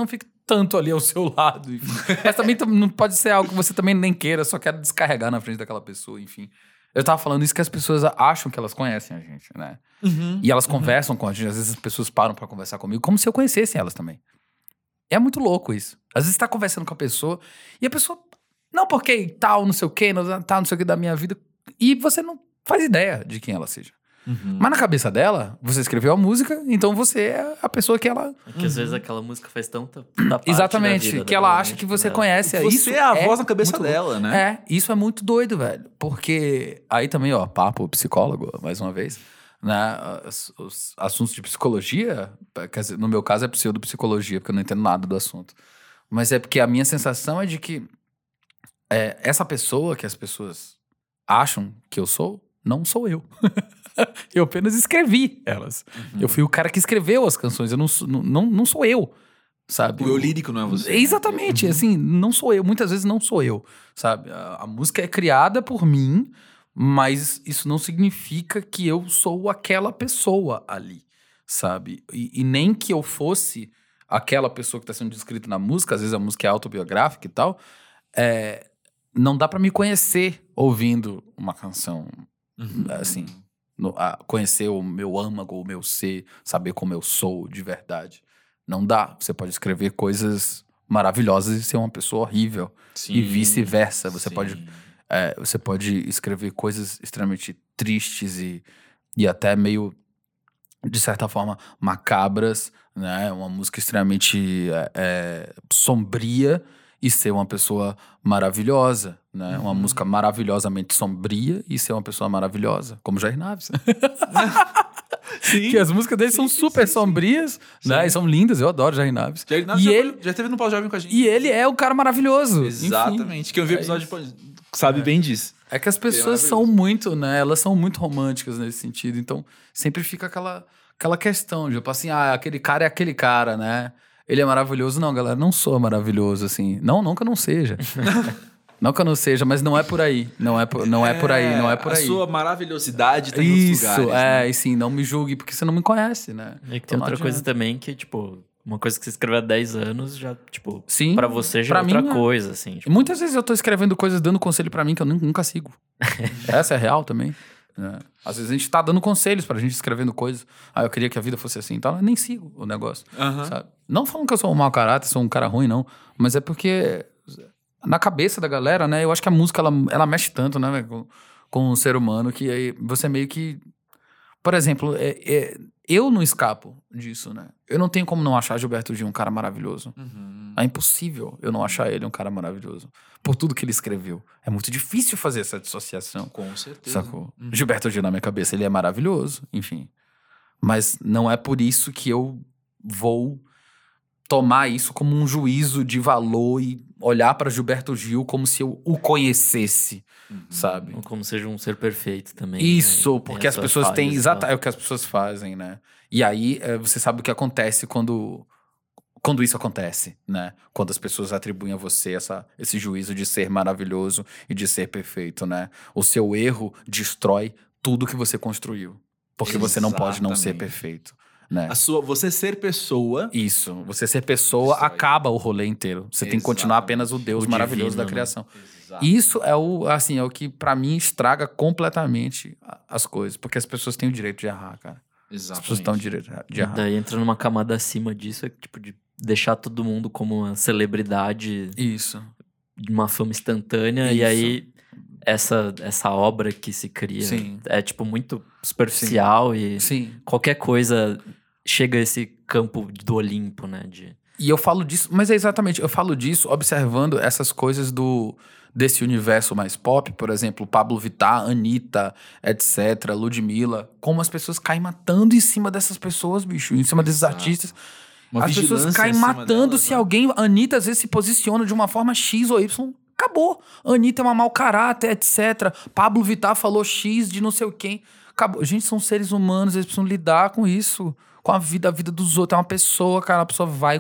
tanto ali ao seu lado. Enfim. Mas também não pode ser algo que você também nem queira, só quer descarregar na frente daquela pessoa, enfim. Eu tava falando isso que as pessoas acham que elas conhecem a gente, né? E elas conversam com a gente. Às vezes as pessoas param pra conversar comigo como se eu conhecesse elas também. É muito louco isso. Às vezes você tá conversando com a pessoa e a pessoa... Não, porque tal, não sei o quê, tal, não sei o quê da minha vida. E você não faz ideia de quem ela seja. Mas na cabeça dela, você escreveu a música, então você é a pessoa que ela... É que às vezes aquela música faz tanta parte Exatamente, da vida que ela dela, acha né? que você Tipo, conhece. Você Isso é a voz na cabeça muito dela, louco. né? Isso é muito doido, velho. Porque aí também, ó, papo psicólogo, mais uma vez, né? Os assuntos de psicologia, quer dizer, no meu caso é pseudopsicologia, porque eu não entendo nada do assunto. Mas é porque a minha sensação é de que essa pessoa que as pessoas acham que eu sou, não sou eu. Eu apenas escrevi elas. Eu fui o cara que escreveu as canções. Eu não sou eu, sabe? O eu lírico não é você. Exatamente, assim, não sou eu. Muitas vezes não sou eu, sabe? A música é criada por mim, mas isso não significa que eu sou aquela pessoa ali, sabe? E nem que eu fosse aquela pessoa que está sendo descrita na música, às vezes a música é autobiográfica e tal, não dá pra me conhecer ouvindo uma canção, assim... conhecer o meu âmago, o meu ser, saber como eu sou de verdade. Não dá. Você pode escrever coisas maravilhosas e ser uma pessoa horrível. Sim, e vice-versa. sim. Você pode escrever coisas extremamente tristes e até meio, de certa forma, macabras, né? Uma música extremamente sombria e ser uma pessoa maravilhosa, né? Uma música maravilhosamente sombria e ser uma pessoa maravilhosa, como Jair Naves. Sim. Que as músicas dele são super sombrias, né? E são lindas, eu adoro Jair Naves. Jair Naves já esteve no Pós-Jovem com a gente. E ele é o cara maravilhoso. Exatamente. Enfim, Quem ouviu o episódio sabe bem disso. É que as pessoas são muito, né? Elas são muito românticas nesse sentido. Então, sempre fica aquela questão de, tipo assim, aquele cara é aquele cara, né? Ele é maravilhoso. Não, galera, não sou maravilhoso, assim. Não que eu não seja. Não que eu não seja, mas não é por aí. Não é por aí. A sua maravilhosidade tá em outros lugares. Né? E sim, não me julgue, porque você não me conhece, né? E que tem outra coisa também que, tipo... Uma coisa que você escreveu há 10 anos já, tipo... Sim, pra você já é outra coisa, assim. Tipo... Muitas vezes eu tô escrevendo coisas, dando conselho pra mim que eu nunca sigo. Essa é real também. Né? Às vezes a gente tá dando conselhos pra gente escrevendo coisas. Eu queria que a vida fosse assim e tal. Eu nem sigo o negócio, sabe? Não falando que eu sou um mau caráter, sou um cara ruim, não. Mas é porque... Na cabeça da galera, né? Eu acho que a música, ela mexe tanto, né? Com o ser humano, que aí você meio que... Por exemplo, eu não escapo disso, né? Eu não tenho como não achar Gilberto Gil um cara maravilhoso. É impossível eu não achar ele um cara maravilhoso. Por tudo que ele escreveu. É muito difícil fazer essa dissociação. Com certeza. Sacou? Gilberto Gil na minha cabeça, ele é maravilhoso, enfim. Mas não é por isso que eu vou tomar isso como um juízo de valor e olhar para Gilberto Gil como se eu o conhecesse, sabe? Ou como seja um ser perfeito também. Isso, né? porque as pessoas têm... É o que as pessoas fazem, né? E aí, você sabe o que acontece quando isso acontece, né? Quando as pessoas atribuem a você esse juízo de ser maravilhoso e de ser perfeito, né? O seu erro destrói tudo que você construiu. Porque você não pode não ser perfeito. Né? Você ser pessoa... Isso. Você ser pessoa acaba o rolê inteiro. Você tem que continuar apenas o Deus maravilhoso divino, da criação. Né? Isso é o que, pra mim, estraga completamente as coisas. Porque as pessoas têm o direito de errar, cara. Exatamente. As pessoas têm o direito de errar. E daí entra numa camada acima disso, tipo, de deixar todo mundo como uma celebridade. Isso. De uma fama instantânea. Isso. E aí... Essa obra que se cria é, tipo, muito superficial e qualquer coisa chega a esse campo do Olimpo, né? E eu falo disso, mas eu falo disso observando essas coisas desse universo mais pop, por exemplo, Pablo Vittar, Anitta, etc., Ludmilla, como as pessoas caem matando em cima dessas pessoas, bicho, em cima desses artistas. As pessoas caem matando se alguém... Anitta às vezes se posiciona de uma forma X ou Y... Acabou. Anitta é uma mau caráter, etc. Pablo Vittar falou X de não sei quem. Acabou. Gente, são seres humanos, eles precisam lidar com isso. Com a vida dos outros. É uma pessoa, cara. A pessoa vai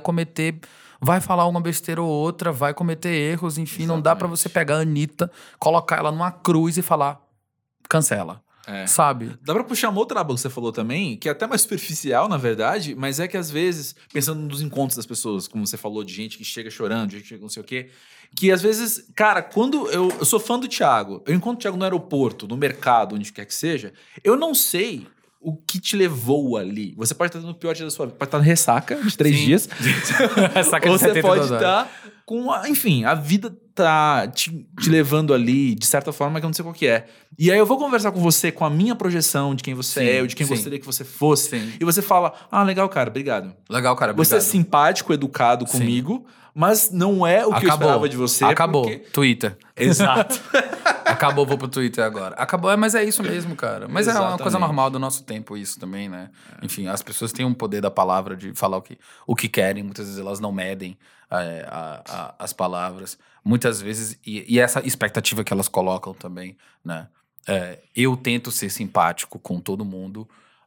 falar uma besteira ou outra, vai cometer erros, enfim. Exatamente. Não dá pra você pegar a Anitta, colocar ela numa cruz e falar, cancela. sabe? Dá pra puxar uma outra aba que você falou também, que é até mais superficial, na verdade, mas é que às vezes, pensando nos encontros das pessoas, como você falou, de gente que chega chorando, de gente que chega não sei o quê, que às vezes, cara, quando eu sou fã do Thiago, eu encontro o Thiago no aeroporto, no mercado, onde quer que seja, eu não sei o que te levou ali. Você pode estar no pior dia da sua vida, pode estar na ressaca de 3 dias, Ressaca de ou você 72 pode horas. estar com, enfim, a vida tá te levando ali, de certa forma, que eu não sei qual que é. E aí eu vou conversar com você, com a minha projeção de quem você Sim, é, ou de quem sim. gostaria que você fosse, Sim. e você fala, legal, cara, obrigado. Legal, cara, Você é obrigado. simpático, educado Sim. comigo, mas não é o que eu esperava de você. Acabou. porque- Twitter. Exato. Acabou, vou pro Twitter agora. Acabou, mas é isso mesmo, cara. Mas é uma coisa Exatamente. normal do nosso tempo isso também, né? Enfim, as pessoas têm um poder da palavra de falar o que querem. Muitas vezes elas não medem as palavras. Muitas vezes... E essa expectativa que elas colocam também, né? Eu tento ser simpático com todo mundo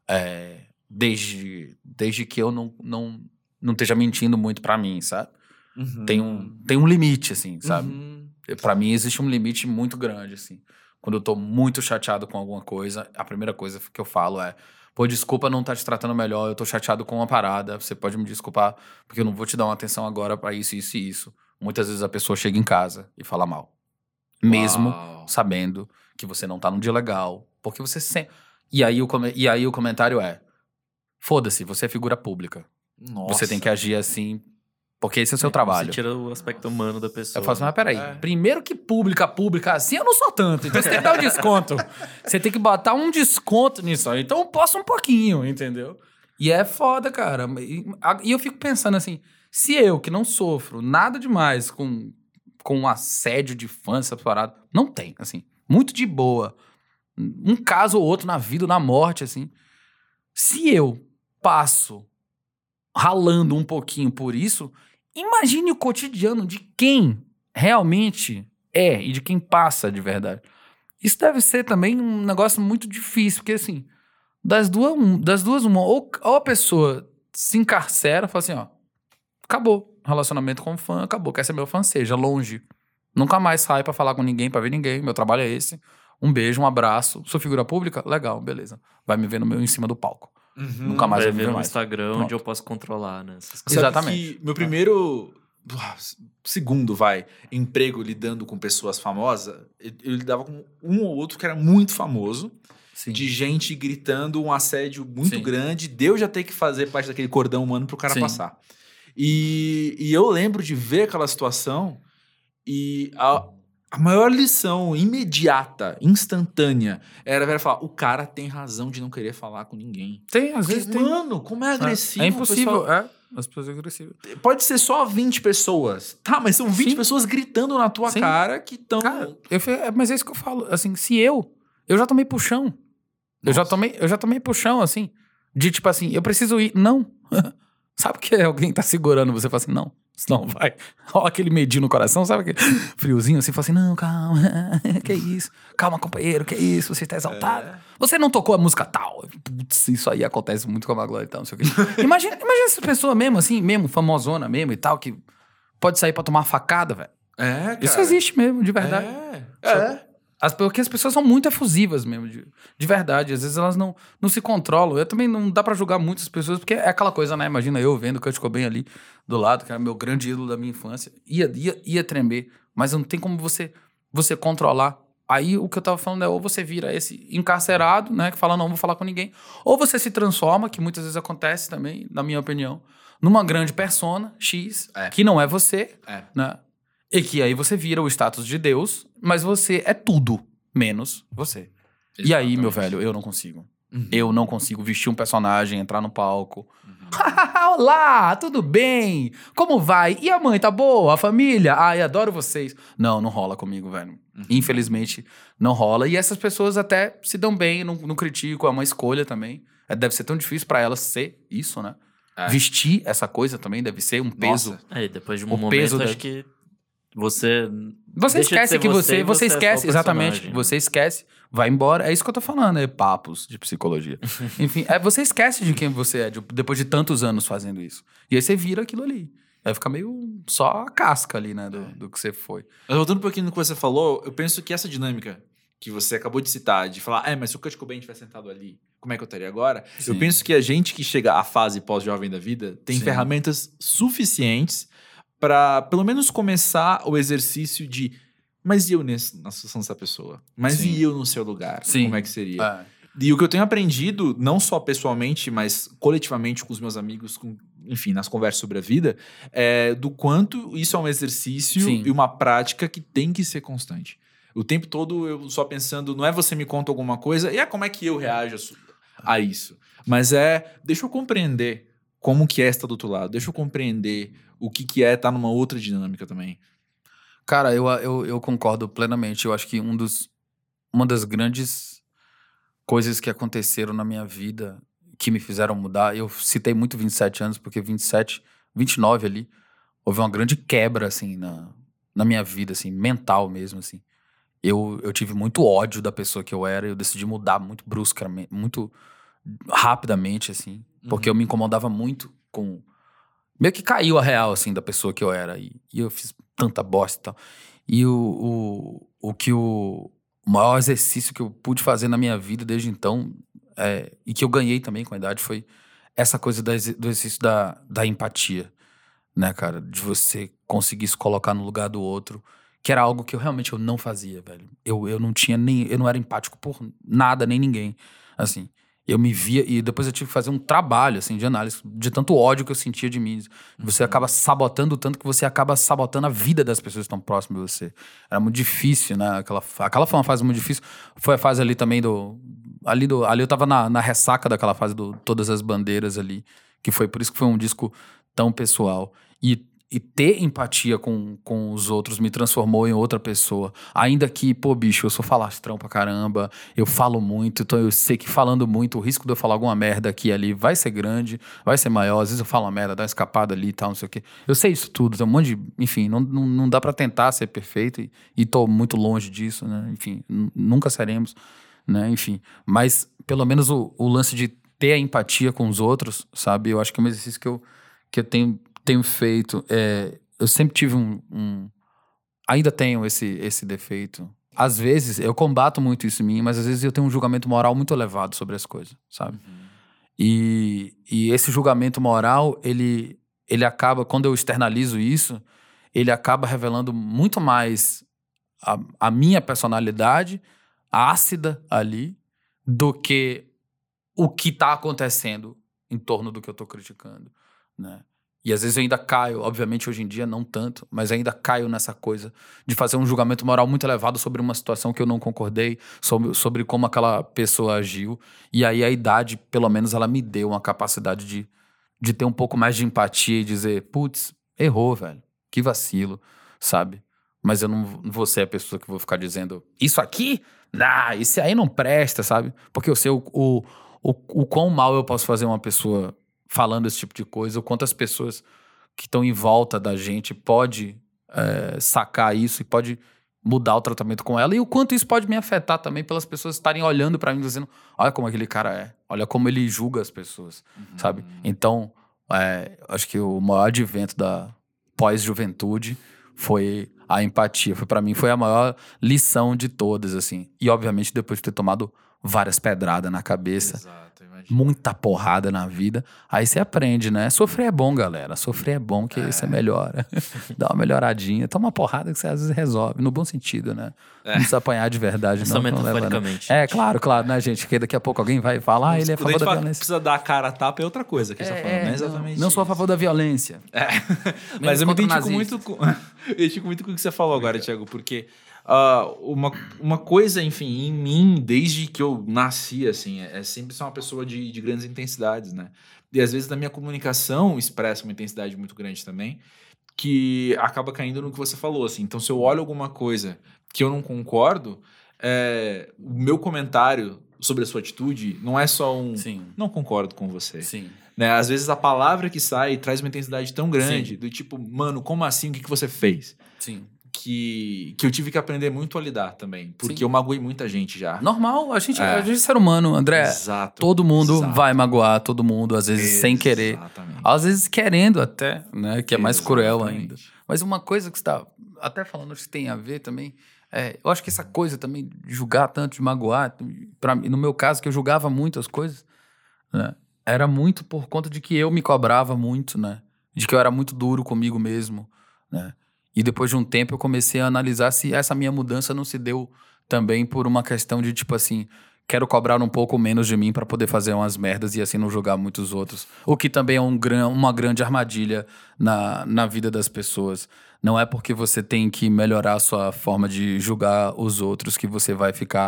desde que eu não esteja mentindo muito pra mim, sabe? Uhum. Tem um limite, assim, sabe? Uhum. Pra mim existe um limite muito grande, assim. Quando eu tô muito chateado com alguma coisa, a primeira coisa que eu falo é: pô, desculpa não estar te tratando melhor, eu tô chateado com uma parada, você pode me desculpar, porque eu não vou te dar uma atenção agora pra isso, isso e isso. Muitas vezes a pessoa chega em casa e fala mal. Mesmo Uau. sabendo que você não tá num dia legal. Porque você sempre... E aí o comentário é: foda-se, você é figura pública. Nossa. Você tem que agir assim, porque esse é o seu trabalho. Você tira o aspecto humano da pessoa. Eu falo assim, mas peraí, É. primeiro que pública assim, eu não sou tanto. Então você tem que dar um desconto. Você tem que botar um desconto nisso aí. Então eu posso um pouquinho, entendeu? E é foda, cara. E eu fico pensando assim, se eu, que não sofro nada demais com um assédio de fã, essa parada, não tem, assim. Muito de boa. Um caso ou outro na vida ou na morte, assim. Se eu passo ralando um pouquinho por isso, imagine o cotidiano de quem realmente é e de quem passa de verdade. Isso deve ser também um negócio muito difícil, porque assim, das duas uma, ou a pessoa se encarcera, fala assim, ó, acabou, relacionamento com o fã, acabou, quer ser meu fã, seja longe. Nunca mais sai pra falar com ninguém, pra ver ninguém, meu trabalho é esse. Um beijo, um abraço. Sou figura pública? Legal, beleza. Vai me ver em cima do palco. Uhum. Nunca mais Vai vai me ver ver no mais. Instagram, Pronto. onde eu posso controlar, né? Essas coisas. Sabe Exatamente. que meu primeiro segundo, emprego lidando com pessoas famosas, eu lidava com um ou outro que era muito famoso, Sim. de gente gritando um assédio muito Sim. grande, de eu já ter que fazer parte daquele cordão humano pro cara Sim. passar. E eu lembro de ver aquela situação e a maior lição imediata, instantânea, era falar, o cara tem razão de não querer falar com ninguém. Tem, às Porque, vezes tem. mano, como é agressivo. É o impossível, pessoal- as pessoas agressivas. Pode ser só 20 pessoas. Tá, mas são 20 Sim. pessoas gritando na tua Sim. cara que estão... Cara, mas é isso que eu falo. Assim, se eu já tomei puxão. Eu já tomei puxão, assim. De tipo assim, eu preciso ir. Não. Sabe que alguém tá segurando você e fala assim, não, senão vai. Olha aquele medinho no coração, sabe aquele friozinho assim, fala assim, não, calma, que isso? Calma, companheiro, que isso? Você tá exaltado. Você não tocou a música tal. Putz, isso aí acontece muito com a Maglória e tal, não sei o quê. Imagina essa pessoa mesmo, assim, mesmo, famosona mesmo e tal, que pode sair pra tomar uma facada, velho. É, cara. Isso existe mesmo, de verdade. Porque as pessoas são muito efusivas mesmo, de verdade. Às vezes elas não se controlam. Eu também não dá pra julgar muitas pessoas, porque é aquela coisa, né? Imagina eu vendo o Kurt Cobain ali do lado, que era meu grande ídolo da minha infância. Ia tremer, mas não tem como você controlar. Aí o que eu tava falando é, ou você vira esse encarcerado, né? Que fala, não vou falar com ninguém. Ou você se transforma, que muitas vezes acontece também, na minha opinião, numa grande persona, X, que não é você, né? E que aí você vira o status de Deus, mas você é tudo menos você. E aí, meu velho, eu não consigo. Eu não consigo vestir um personagem, entrar no palco. Olá, tudo bem? Como vai? E a mãe, tá boa? A família? Ai, adoro vocês. Não rola comigo, velho. Infelizmente, não rola. E essas pessoas até se dão bem, não critico, é uma escolha também. Deve ser tão difícil pra elas ser isso, né? Vestir essa coisa também deve ser um peso. Aí, depois de um O momento, peso acho que você Você deixa de esquece ser que você e é só esquece, o exatamente. personagem, né? Você esquece, vai embora. É isso que eu tô falando, é papos de psicologia. Enfim, você esquece de quem você é, depois de tantos anos fazendo isso. E aí você vira aquilo ali. Aí fica meio só a casca ali, né, do que você foi. Mas voltando um pouquinho no que você falou, eu penso que essa dinâmica que você acabou de citar, de falar, mas se o Kurt Cobain tivesse sentado ali, como é que eu estaria agora? Sim. Eu penso que a gente que chega à fase pós-jovem da vida tem Sim. ferramentas suficientes para, pelo menos, começar o exercício de mas e eu na situação dessa pessoa? Mas Sim. e eu no seu lugar? Sim. Como é que seria? É. E o que eu tenho aprendido, não só pessoalmente, mas coletivamente com os meus amigos, enfim, nas conversas sobre a vida, é do quanto isso é um exercício Sim. e uma prática que tem que ser constante. O tempo todo eu só pensando, não é você me conta alguma coisa, e como é que eu reajo a isso? Mas deixa eu compreender como que é estar do outro lado, deixa eu compreender o que é estar numa outra dinâmica também. Cara, eu concordo plenamente. Eu acho que uma das grandes coisas que aconteceram na minha vida que me fizeram mudar, eu citei muito 27 anos, porque 27, 29 ali, houve uma grande quebra, assim, na minha vida, assim, mental mesmo, assim. Eu tive muito ódio da pessoa que eu era, eu decidi mudar muito bruscamente, muito rapidamente, assim, porque eu me incomodava muito com... Meio que caiu a real, assim, da pessoa que eu era, e eu fiz tanta bosta e tal. E o maior exercício que eu pude fazer na minha vida desde então, e que eu ganhei também com a idade, foi essa coisa do exercício da empatia, né, cara? De você conseguir se colocar no lugar do outro, que era algo que eu não fazia, velho. Eu não era empático por nada, nem ninguém, assim. Eu me via, e depois eu tive que fazer um trabalho, assim, de análise, de tanto ódio que eu sentia de mim. Você acaba sabotando tanto que você acaba sabotando a vida das pessoas que estão próximas de você. Era muito difícil, né? Aquela foi uma fase muito difícil. Foi a fase ali também ali eu tava na ressaca daquela fase do Todas as Bandeiras ali, que foi por isso que foi um disco tão pessoal. E ter empatia com os outros me transformou em outra pessoa. Ainda que, pô, bicho, eu sou falastrão pra caramba, eu falo muito, então eu sei que falando muito, o risco de eu falar alguma merda aqui e ali vai ser grande, vai ser maior. Às vezes eu falo uma merda, dá uma escapada ali e tal, não sei o quê. Eu sei isso tudo, tem um monte de... Enfim, não dá pra tentar ser perfeito e tô muito longe disso, né? Enfim, nunca seremos, né? Enfim, mas pelo menos o lance de ter a empatia com os outros, sabe? Eu acho que é um exercício que eu tenho feito. Eu sempre tive ainda tenho esse defeito. Às vezes, eu combato muito isso em mim, mas às vezes eu tenho um julgamento moral muito elevado sobre as coisas, sabe? E esse julgamento moral, ele acaba, quando eu externalizo isso, ele acaba revelando muito mais a minha personalidade ácida ali do que o que tá acontecendo em torno do que eu tô criticando, né? E às vezes eu ainda caio, obviamente hoje em dia não tanto, mas ainda caio nessa coisa de fazer um julgamento moral muito elevado sobre uma situação que eu não concordei, sobre como aquela pessoa agiu. E aí a idade, pelo menos, ela me deu uma capacidade de ter um pouco mais de empatia e dizer, putz, errou, velho, que vacilo, sabe? Mas eu não vou ser a pessoa que vou ficar dizendo, isso aqui? Esse aí não presta, sabe? Porque eu sei o quão mal eu posso fazer uma pessoa falando esse tipo de coisa, o quanto as pessoas que estão em volta da gente pode sacar isso e pode mudar o tratamento com ela, e o quanto isso pode me afetar também pelas pessoas estarem olhando pra mim dizendo, olha como aquele cara olha como ele julga as pessoas, sabe? Então, acho que o maior advento da pós-juventude foi a empatia. Pra mim, foi a maior lição de todas, assim. E, obviamente, depois de ter tomado várias pedradas na cabeça, Exato, imagina. muita porrada na vida, aí você aprende, né? Sofrer é bom, galera. Sofrer é bom, que você melhora. Dá uma melhoradinha. Toma uma porrada que você às vezes resolve, no bom sentido, né? Não precisa apanhar de verdade, Só não. metaforicamente. Claro, né, gente? Que daqui a pouco alguém vai falar, ele é a favor da violência. Precisa dar a cara a tapa é outra coisa que você tá falando, não é exatamente não sou a favor da violência. Mas eu me contra identifico muito com eu identifico muito com o que você falou agora, Thiago, porque uma coisa, enfim, em mim, desde que eu nasci, assim, sempre ser uma pessoa de grandes intensidades, né? E às vezes na minha comunicação expressa uma intensidade muito grande também, que acaba caindo no que você falou, assim. Então, se eu olho alguma coisa que eu não concordo, o meu comentário sobre a sua atitude não é só Sim. não concordo com você. Sim. Né? Às vezes a palavra que sai traz uma intensidade tão grande, do tipo, mano, como assim? O que você fez? Sim. Que eu tive que aprender muito a lidar também, porque eu magoei muita gente já. Normal, a gente é ser humano, André. Exato. Todo mundo vai magoar, todo mundo, às vezes sem querer. Às vezes querendo até, né? Que é mais cruel ainda. Mas uma coisa que você tá até falando, acho que tem a ver também, Eu acho que essa coisa também de julgar tanto, de magoar, no meu caso, que eu julgava muito as coisas, né? Era muito por conta de que eu me cobrava muito, né? De que eu era muito duro comigo mesmo, né? E depois de um tempo eu comecei a analisar se essa minha mudança não se deu também por uma questão de, tipo assim, quero cobrar um pouco menos de mim pra poder fazer umas merdas e assim não julgar muitos outros. O que também é uma grande armadilha na vida das pessoas. Não é porque você tem que melhorar a sua forma de julgar os outros que você vai ficar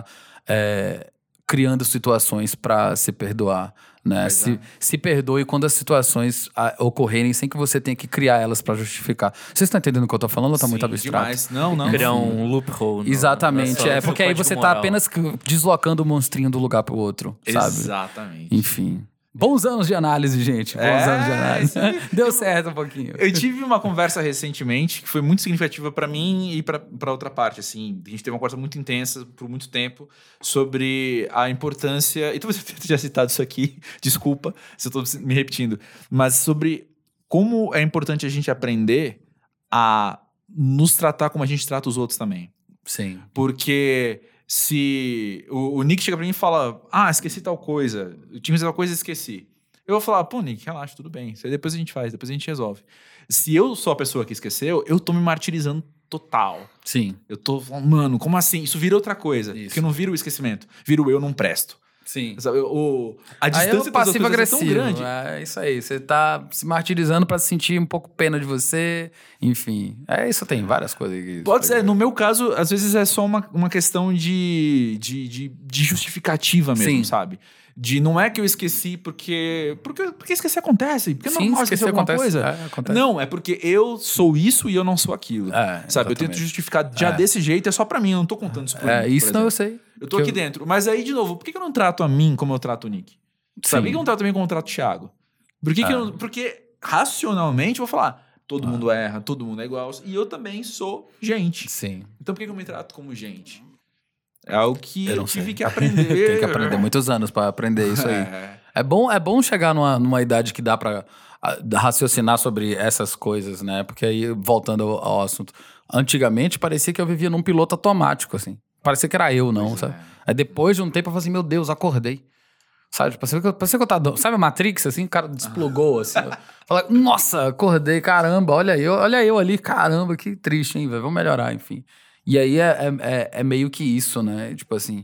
criando situações pra se perdoar, né? Se perdoe quando as situações ocorrerem sem que você tenha que criar elas pra justificar. Vocês estão entendendo o que eu tô falando ou tá muito abstrato? Demais. Não. Criar um loophole. Exatamente, porque aí você tá apenas deslocando o monstrinho do lugar pro outro, sabe? Exatamente. Enfim. Bons anos de análise, gente. Bons anos de análise. Deu certo um pouquinho. Eu tive uma conversa recentemente que foi muito significativa pra mim e pra outra parte, assim. A gente teve uma conversa muito intensa por muito tempo sobre a importância... E talvez eu tenha já citado isso aqui, desculpa se eu tô me repetindo, mas sobre como é importante a gente aprender a nos tratar como a gente trata os outros também. Sim. Porque... Se o Nick chega pra mim e fala, esqueci tal coisa, eu tinha que fazer tal coisa e esqueci. Eu vou falar, pô, Nick, relaxa, tudo bem. Isso aí depois a gente faz, depois a gente resolve. Se eu sou a pessoa que esqueceu, eu tô me martirizando total. Sim. Eu tô falando, mano, como assim? Isso vira outra coisa. Isso. Porque não vira o esquecimento, vira o eu não presto. Sim. Sabe, a distância passivo-agressivo. é tão grande. É isso aí. Você tá se martirizando pra sentir um pouco pena de você. Enfim. Isso tem várias coisas. Pode ser. No meu caso, às vezes é só uma questão de justificativa mesmo, Sim. sabe? Não é que eu esqueci porque esquecer acontece. Porque é Sim, normal esquecer alguma acontece. coisa. Acontece. Não, é porque eu sou isso e eu não sou aquilo. Sabe? Exatamente. Eu tento justificar já desse jeito, é só pra mim. Eu não tô contando isso pra mim. Isso não eu sei. Eu tô aqui dentro. Mas aí, de novo, por que eu não trato a mim como eu trato o Nick? Sabe? Por que eu não trato a mim como eu trato o Thiago? Porque racionalmente eu vou falar, todo mundo erra, todo mundo é igual. E eu também sou gente. Sim. Então por que eu me trato como gente? É algo que eu tive sei. que aprender. Tem que aprender muitos anos pra aprender isso aí. É bom chegar numa idade que dá pra raciocinar sobre essas coisas, né? Porque aí, voltando ao assunto, antigamente parecia que eu vivia num piloto automático, assim. Parecia que era eu, não, sabe? Aí depois de um tempo eu falei assim, meu Deus, acordei. Sabe? Parecia que eu tava... Sabe a Matrix, assim? O cara desplugou, assim. Falei, nossa, acordei, caramba, olha eu ali, caramba, que triste, hein, velho? Vamos melhorar, enfim. E aí é meio que isso, né? Tipo assim,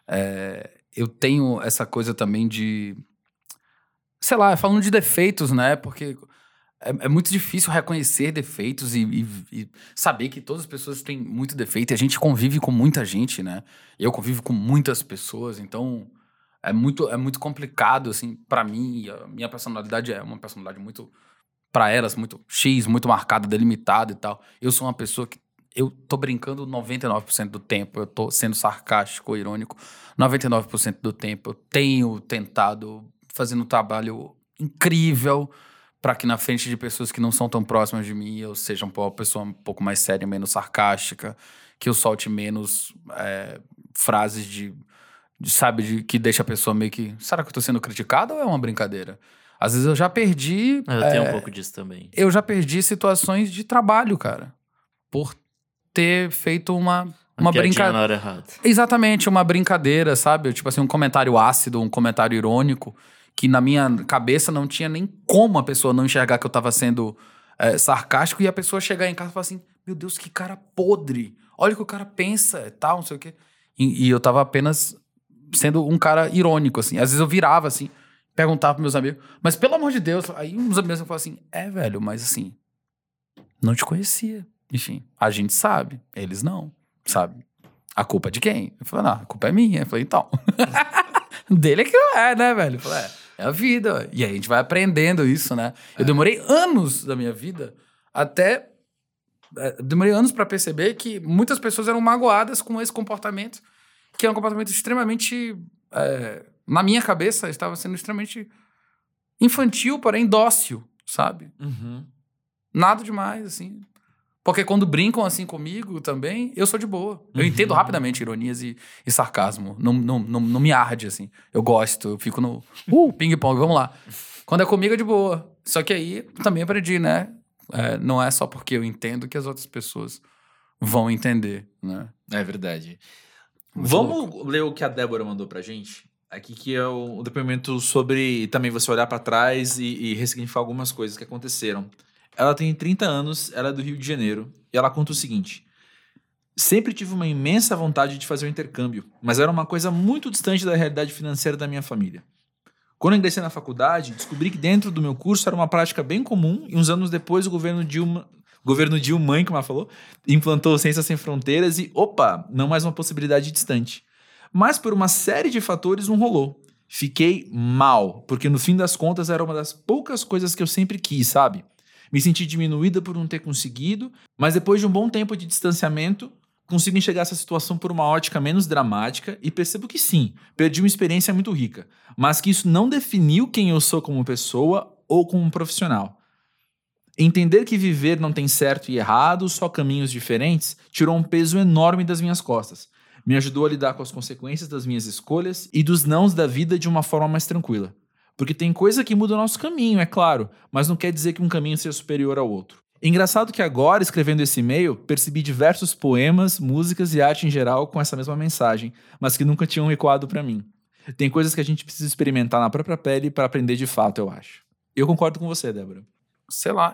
eu tenho essa coisa também de... Sei lá, falando de defeitos, né? Porque é muito difícil reconhecer defeitos e saber que todas as pessoas têm muito defeito. E a gente convive com muita gente, né? Eu convivo com muitas pessoas, então é muito complicado, assim, pra mim. E a minha personalidade é uma personalidade muito, pra elas, muito X, muito marcada, delimitada e tal. Eu sou uma pessoa que eu tô brincando 99% do tempo, eu tô sendo sarcástico, irônico. 99% do tempo eu tenho tentado fazer um trabalho incrível para que na frente de pessoas que não são tão próximas de mim eu seja uma pessoa um pouco mais séria, menos sarcástica, que eu solte menos frases que deixa a pessoa meio que... Será que eu tô sendo criticado ou é uma brincadeira? Às vezes eu já perdi... Eu tenho um pouco disso também. Eu já perdi situações de trabalho, cara, por ter feito uma brincadeira. Na hora errada. Exatamente, uma brincadeira, sabe? Tipo assim, um comentário ácido, um comentário irônico, que na minha cabeça não tinha nem como a pessoa não enxergar que eu tava sendo sarcástico, e a pessoa chegar em casa e falar assim, meu Deus, que cara podre, olha o que o cara pensa e tal, não sei o quê. E eu tava apenas sendo um cara irônico, assim. Às vezes eu virava, assim, perguntava pros meus amigos, mas pelo amor de Deus, aí uns amigos falavam assim, velho, mas assim, não te conhecia. Enfim, a gente sabe, eles não, sabe? A culpa é de quem? Eu falei, não, a culpa é minha. Eu falei, então. Dele é que não é, né, velho? Eu falei, é a vida. Ué. E aí a gente vai aprendendo isso, né? Eu demorei anos da minha vida demorei anos pra perceber que muitas pessoas eram magoadas com esse comportamento, que é um comportamento extremamente... na minha cabeça, estava sendo extremamente infantil, porém dócil, sabe? Uhum. Nada demais, assim... Porque quando brincam assim comigo também, eu sou de boa. Eu entendo rapidamente ironias e sarcasmo. Não me arde, assim. Eu gosto, eu fico no... ping-pong, vamos lá. Quando é comigo, é de boa. Só que aí, também aprendi, né? Não é só porque eu entendo que as outras pessoas vão entender, né? É verdade. Muito Vamos ler o que a Débora mandou pra gente? Aqui que é o depoimento sobre também você olhar pra trás e ressignificar algumas coisas que aconteceram. Ela tem 30 anos, ela é do Rio de Janeiro, e ela conta o seguinte: sempre tive uma imensa vontade de fazer o intercâmbio, mas era uma coisa muito distante da realidade financeira da minha família. Quando eu ingressei na faculdade, descobri que dentro do meu curso era uma prática bem comum e uns anos depois o governo Dilma, como ela falou, implantou Ciências Sem Fronteiras e, opa, não mais uma possibilidade distante. Mas por uma série de fatores não rolou. Fiquei mal, porque no fim das contas era uma das poucas coisas que eu sempre quis, sabe? Me senti diminuída por não ter conseguido, mas depois de um bom tempo de distanciamento, consigo enxergar essa situação por uma ótica menos dramática e percebo que sim, perdi uma experiência muito rica, mas que isso não definiu quem eu sou como pessoa ou como profissional. Entender que viver não tem certo e errado, só caminhos diferentes, tirou um peso enorme das minhas costas. Me ajudou a lidar com as consequências das minhas escolhas e dos nãos da vida de uma forma mais tranquila. Porque tem coisa que muda o nosso caminho, é claro, mas não quer dizer que um caminho seja superior ao outro. Engraçado que agora, escrevendo esse e-mail, percebi diversos poemas, músicas e arte em geral com essa mesma mensagem, mas que nunca tinham ecoado pra mim. Tem coisas que a gente precisa experimentar na própria pele para aprender de fato, eu acho. Eu concordo com você, Débora. Sei lá,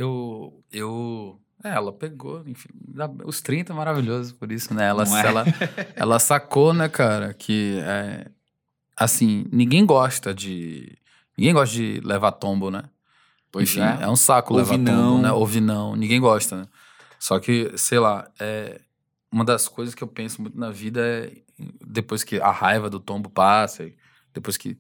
ela pegou, enfim, os 30 é maravilhoso por isso, né? Não é? Ela sacou, né, cara, que, assim, ninguém gosta de levar tombo, né? Pois Enfim, é. é um saco Ouvir levar tombo, não. né? Ouvir não, ninguém gosta, né? Só que, sei lá, uma das coisas que eu penso muito na vida é depois que a raiva do tombo passa, e depois que,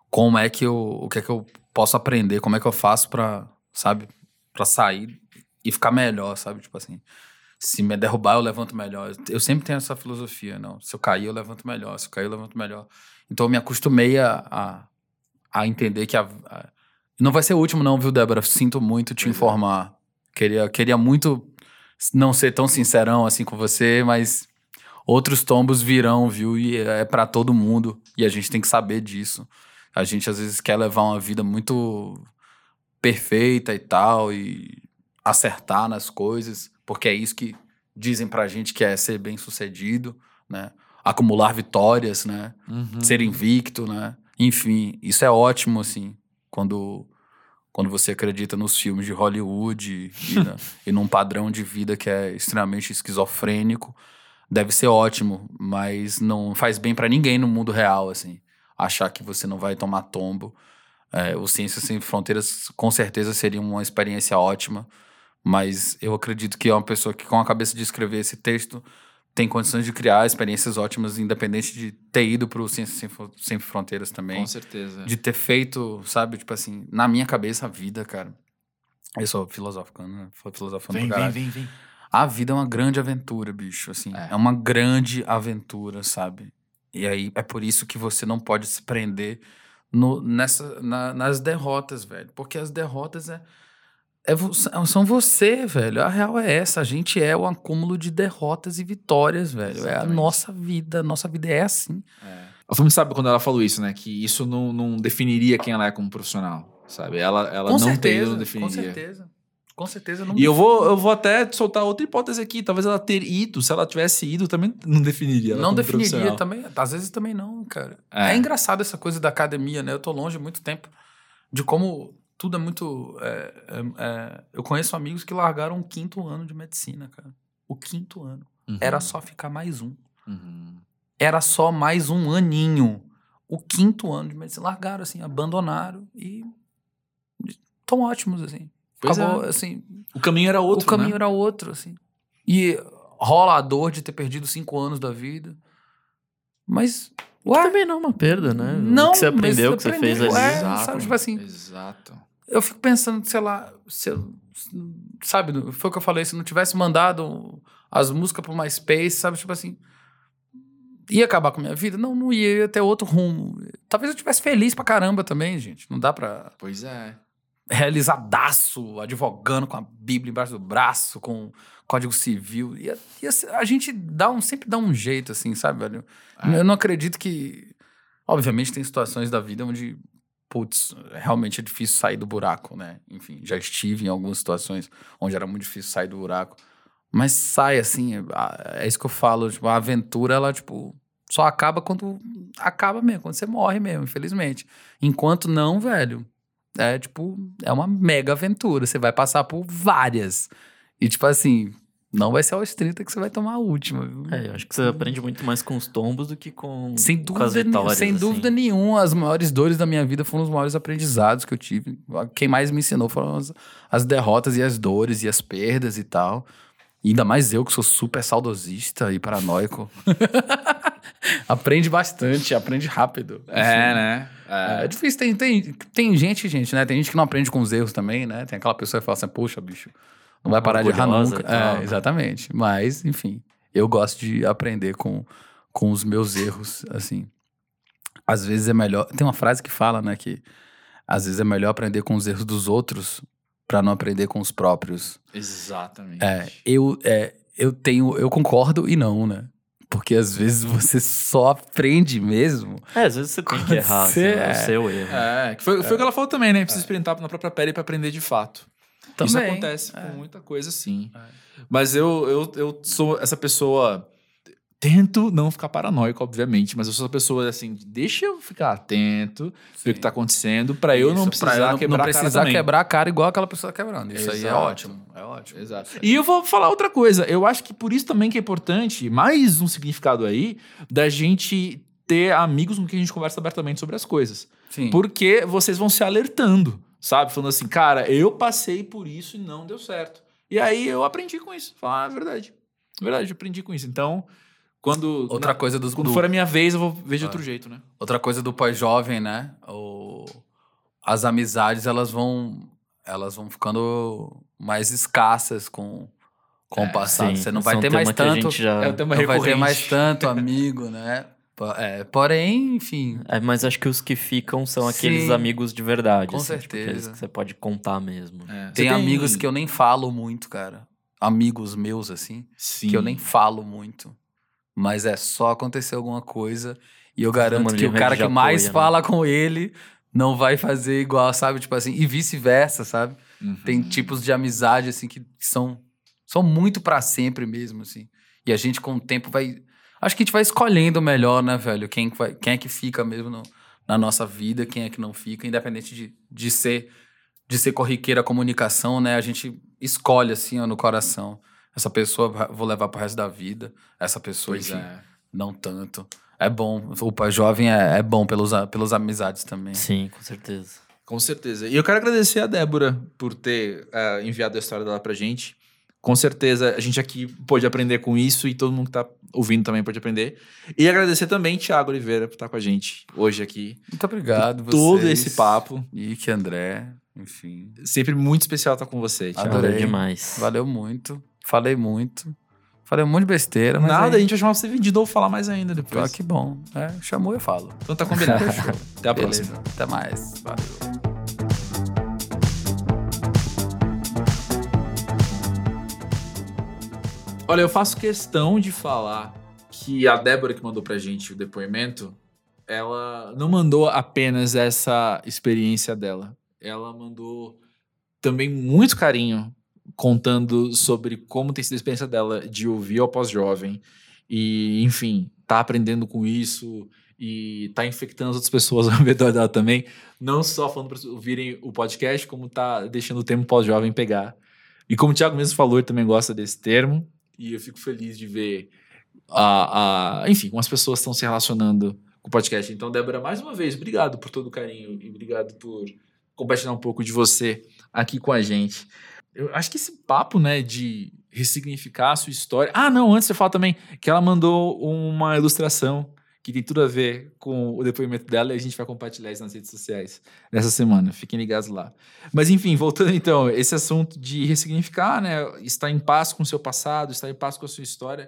o que é que eu posso aprender, como é que eu faço pra, sabe, pra sair e ficar melhor, sabe? Tipo assim, se me derrubar, eu levanto melhor. Eu sempre tenho essa filosofia, não. Se eu cair, eu levanto melhor. Se eu cair, eu levanto melhor. Então eu me acostumei a entender que não vai ser o último não, viu, Débora? Sinto muito te informar. Queria muito não ser tão sincerão assim com você, mas outros tombos virão, viu? E é pra todo mundo. E a gente tem que saber disso. A gente às vezes quer levar uma vida muito perfeita e tal, e acertar nas coisas, porque é isso que dizem pra gente que é ser bem-sucedido, né? Acumular vitórias, né? Ser invicto, né? Enfim, isso é ótimo, assim, quando você acredita nos filmes de Hollywood e num padrão de vida que é extremamente esquizofrênico, deve ser ótimo, mas não faz bem pra ninguém no mundo real, assim, achar que você não vai tomar tombo. O Ciências Sem Fronteiras com certeza seria uma experiência ótima, mas eu acredito que é uma pessoa que com a cabeça de escrever esse texto tem condições de criar experiências ótimas, independente de ter ido pro Ciências Sem Fronteiras também. Com certeza. De ter feito, sabe, tipo assim, na minha cabeça a vida, cara. Eu sou filosofando, né? Filosofando pra caralho. Vem. A vida é uma grande aventura, bicho, assim. É uma grande aventura, sabe? E aí é por isso que você não pode se prender nas derrotas, velho. Porque as derrotas são você, velho. A real é essa. A gente é o acúmulo de derrotas e vitórias, velho. Exatamente. É a nossa vida. Nossa vida é assim. A Fumi sabe quando ela falou isso, né? Que isso não definiria quem ela é como profissional, sabe? Ela Com não certeza, não definiria. Com certeza. Não E eu vou até soltar outra hipótese aqui. Talvez ela ter ido, se ela tivesse ido, também não definiria ela não como definiria profissional. também. Às vezes também não, cara. É engraçado essa coisa da academia, né? Eu tô longe há muito tempo de como tudo é muito... eu conheço amigos que largaram o 5º ano de medicina, cara. O 5º ano. Era só ficar mais um. Era só mais um aninho. O 5º ano de medicina. Largaram, assim, abandonaram e estão ótimos, assim. Pois Acabou, assim... O caminho era outro, O caminho né? era outro, assim. E rola a dor de ter perdido 5 anos da vida. Mas... Que também não é uma perda, né? Não, o que você mas aprendeu, o que você fez ali. sabe, tipo assim... Exato. Eu fico pensando, sei lá... sabe, foi o que eu falei. Se não tivesse mandado as músicas pro MySpace, sabe? Tipo assim... Ia acabar com a minha vida? Não ia ter outro rumo. Talvez eu estivesse feliz pra caramba também, gente. Não dá pra... Pois é. Realizadaço, advogando com a Bíblia embaixo do braço, com Código Civil. A gente sempre dá um jeito, assim, sabe, velho? Eu não acredito que... Obviamente tem situações da vida onde, putz, realmente é difícil sair do buraco, né? Enfim, já estive em algumas situações onde era muito difícil sair do buraco. Mas sai, assim, é isso que eu falo, tipo, a aventura, ela, tipo, só acaba quando acaba mesmo, quando você morre mesmo, infelizmente. Enquanto não, velho, é, tipo, é uma mega aventura, você vai passar por várias. E, tipo assim, não vai ser aos 30 que você vai tomar a última, viu? Eu acho que você aprende muito mais com os tombos do que com, Sem com as dúvida, vitórias. sem assim. dúvida nenhuma, as maiores dores da minha vida foram os maiores aprendizados que eu tive. Quem mais me ensinou foram as derrotas e as dores e as perdas e tal. E ainda mais eu, que sou super saudosista e paranoico. Aprende bastante, aprende rápido. né? É difícil, tem gente, né? Tem gente que não aprende com os erros também, né? Tem aquela pessoa que fala assim, poxa, bicho, não vai parar de errar Orgulhosa nunca. e tal, né? Exatamente. Mas, enfim, eu gosto de aprender com os meus erros, assim. Às vezes é melhor... Tem uma frase que fala, né, que às vezes é melhor aprender com os erros dos outros pra não aprender com os próprios. Exatamente. Eu concordo e não, né? Porque às vezes você só aprende mesmo. Às vezes você tem que errar, assim, é o seu erro. Que foi o que ela falou também, né? Precisa experimentar na própria pele pra aprender de fato. Também. Isso acontece com muita coisa, sim. Mas eu sou essa pessoa... Tento não ficar paranoico, obviamente, mas eu sou essa pessoa assim, deixa eu ficar atento, ver o que tá acontecendo, pra eu não precisar quebrar a cara igual aquela pessoa quebrando. Isso aí é Exato. ótimo. É ótimo. Exato. E eu vou falar outra coisa. Eu acho que por isso também que é importante, mais um significado aí, da gente ter amigos com quem a gente conversa abertamente sobre as coisas. Sim. Porque vocês vão se alertando, sabe? Falando assim, cara, eu passei por isso e não deu certo. E aí eu aprendi com isso. Falar, verdade. Verdade, eu aprendi com isso. Então, quando for a minha vez, eu vou ver de outro jeito, né? Outra coisa do pós-jovem, né? As amizades, elas vão ficando mais escassas com o passado. Sim, Você não esse é vai um ter tema mais que a tanto... gente já- É o tema Não vai ter recorrente. mais tanto amigo, né? Porém, enfim... Mas acho que os que ficam são aqueles Sim, amigos de verdade. com assim, tipo, certeza. aqueles que você pode contar mesmo. Tem amigos que eu nem falo muito, cara. Amigos meus, assim, Sim. que eu nem falo muito. Mas é só acontecer alguma coisa e eu garanto manda que uma o cara rede que de mais apoio, né? fala com ele não vai fazer igual, sabe? Tipo assim, e vice-versa, sabe? Tem tipos de amizade, assim, que são muito pra sempre mesmo, assim. E a gente, com o tempo, vai... Acho que a gente vai escolhendo melhor, né, velho? Quem é que fica mesmo na nossa vida, quem é que não fica, independente de ser corriqueira a comunicação, né? A gente escolhe, assim, ó, no coração. Essa pessoa vou levar pro resto da vida. Essa pessoa, Pois enfim, é. não tanto. É bom. O pai jovem é bom pelas amizades também. Sim, com certeza. Com certeza. E eu quero agradecer a Débora por ter enviado a história dela pra gente. Com certeza a gente aqui pôde aprender com isso e todo mundo que tá ouvindo também pode aprender. E agradecer também Thiago Oliveira por estar com a gente hoje aqui. Muito obrigado, Por todo vocês. esse papo. Ike, André, enfim. Sempre muito especial estar com você, Thiago. Adorei. Valeu demais. Valeu muito. Falei muito. Falei um monte de besteira, mas Nada, aí... a gente vai chamar você de novo falar mais ainda depois. Que bom. Chamou, eu falo. Então tá combinado. Até a Beleza. próxima. Até mais. Valeu. Olha, eu faço questão de falar que a Débora que mandou pra gente o depoimento, ela não mandou apenas essa experiência dela. Ela mandou também muito carinho contando sobre como tem sido a experiência dela de ouvir ao pós-jovem e, enfim, tá aprendendo com isso e tá infectando as outras pessoas ao redor dela também. Não só falando para ouvirem o podcast, como tá deixando o termo pós-jovem pegar. E como o Thiago mesmo falou, ele também gosta desse termo. E eu fico feliz de ver, enfim, como as pessoas estão se relacionando com o podcast. Então, Débora, mais uma vez, obrigado por todo o carinho e obrigado por compartilhar um pouco de você aqui com a gente. Eu acho que esse papo, né, de ressignificar a sua história... não, antes você fala também que ela mandou uma ilustração que tem tudo a ver com o depoimento dela e a gente vai compartilhar isso nas redes sociais nessa semana. Fiquem ligados lá. Mas, enfim, voltando então, esse assunto de ressignificar, né, estar em paz com o seu passado, estar em paz com a sua história,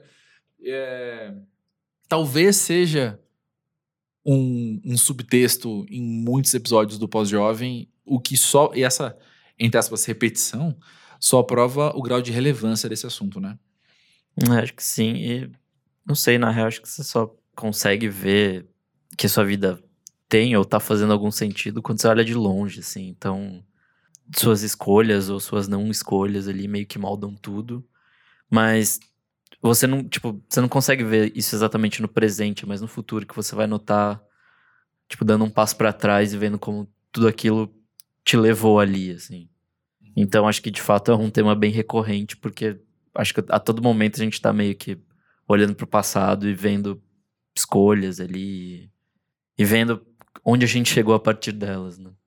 talvez seja um subtexto em muitos episódios do Pós-Jovem, o que só... E essa, entre aspas, repetição, só prova o grau de relevância desse assunto, né? Acho que sim. E não sei, na real, acho que você só consegue ver que a sua vida tem ou tá fazendo algum sentido quando você olha de longe, assim. Então, suas escolhas ou suas não escolhas ali meio que moldam tudo. Mas você não consegue ver isso exatamente no presente, mas no futuro que você vai notar, tipo, dando um passo pra trás e vendo como tudo aquilo te levou ali, assim. Então, acho que de fato é um tema bem recorrente, porque acho que a todo momento a gente tá meio que olhando pro passado e vendo escolhas ali e vendo onde a gente chegou a partir delas, né?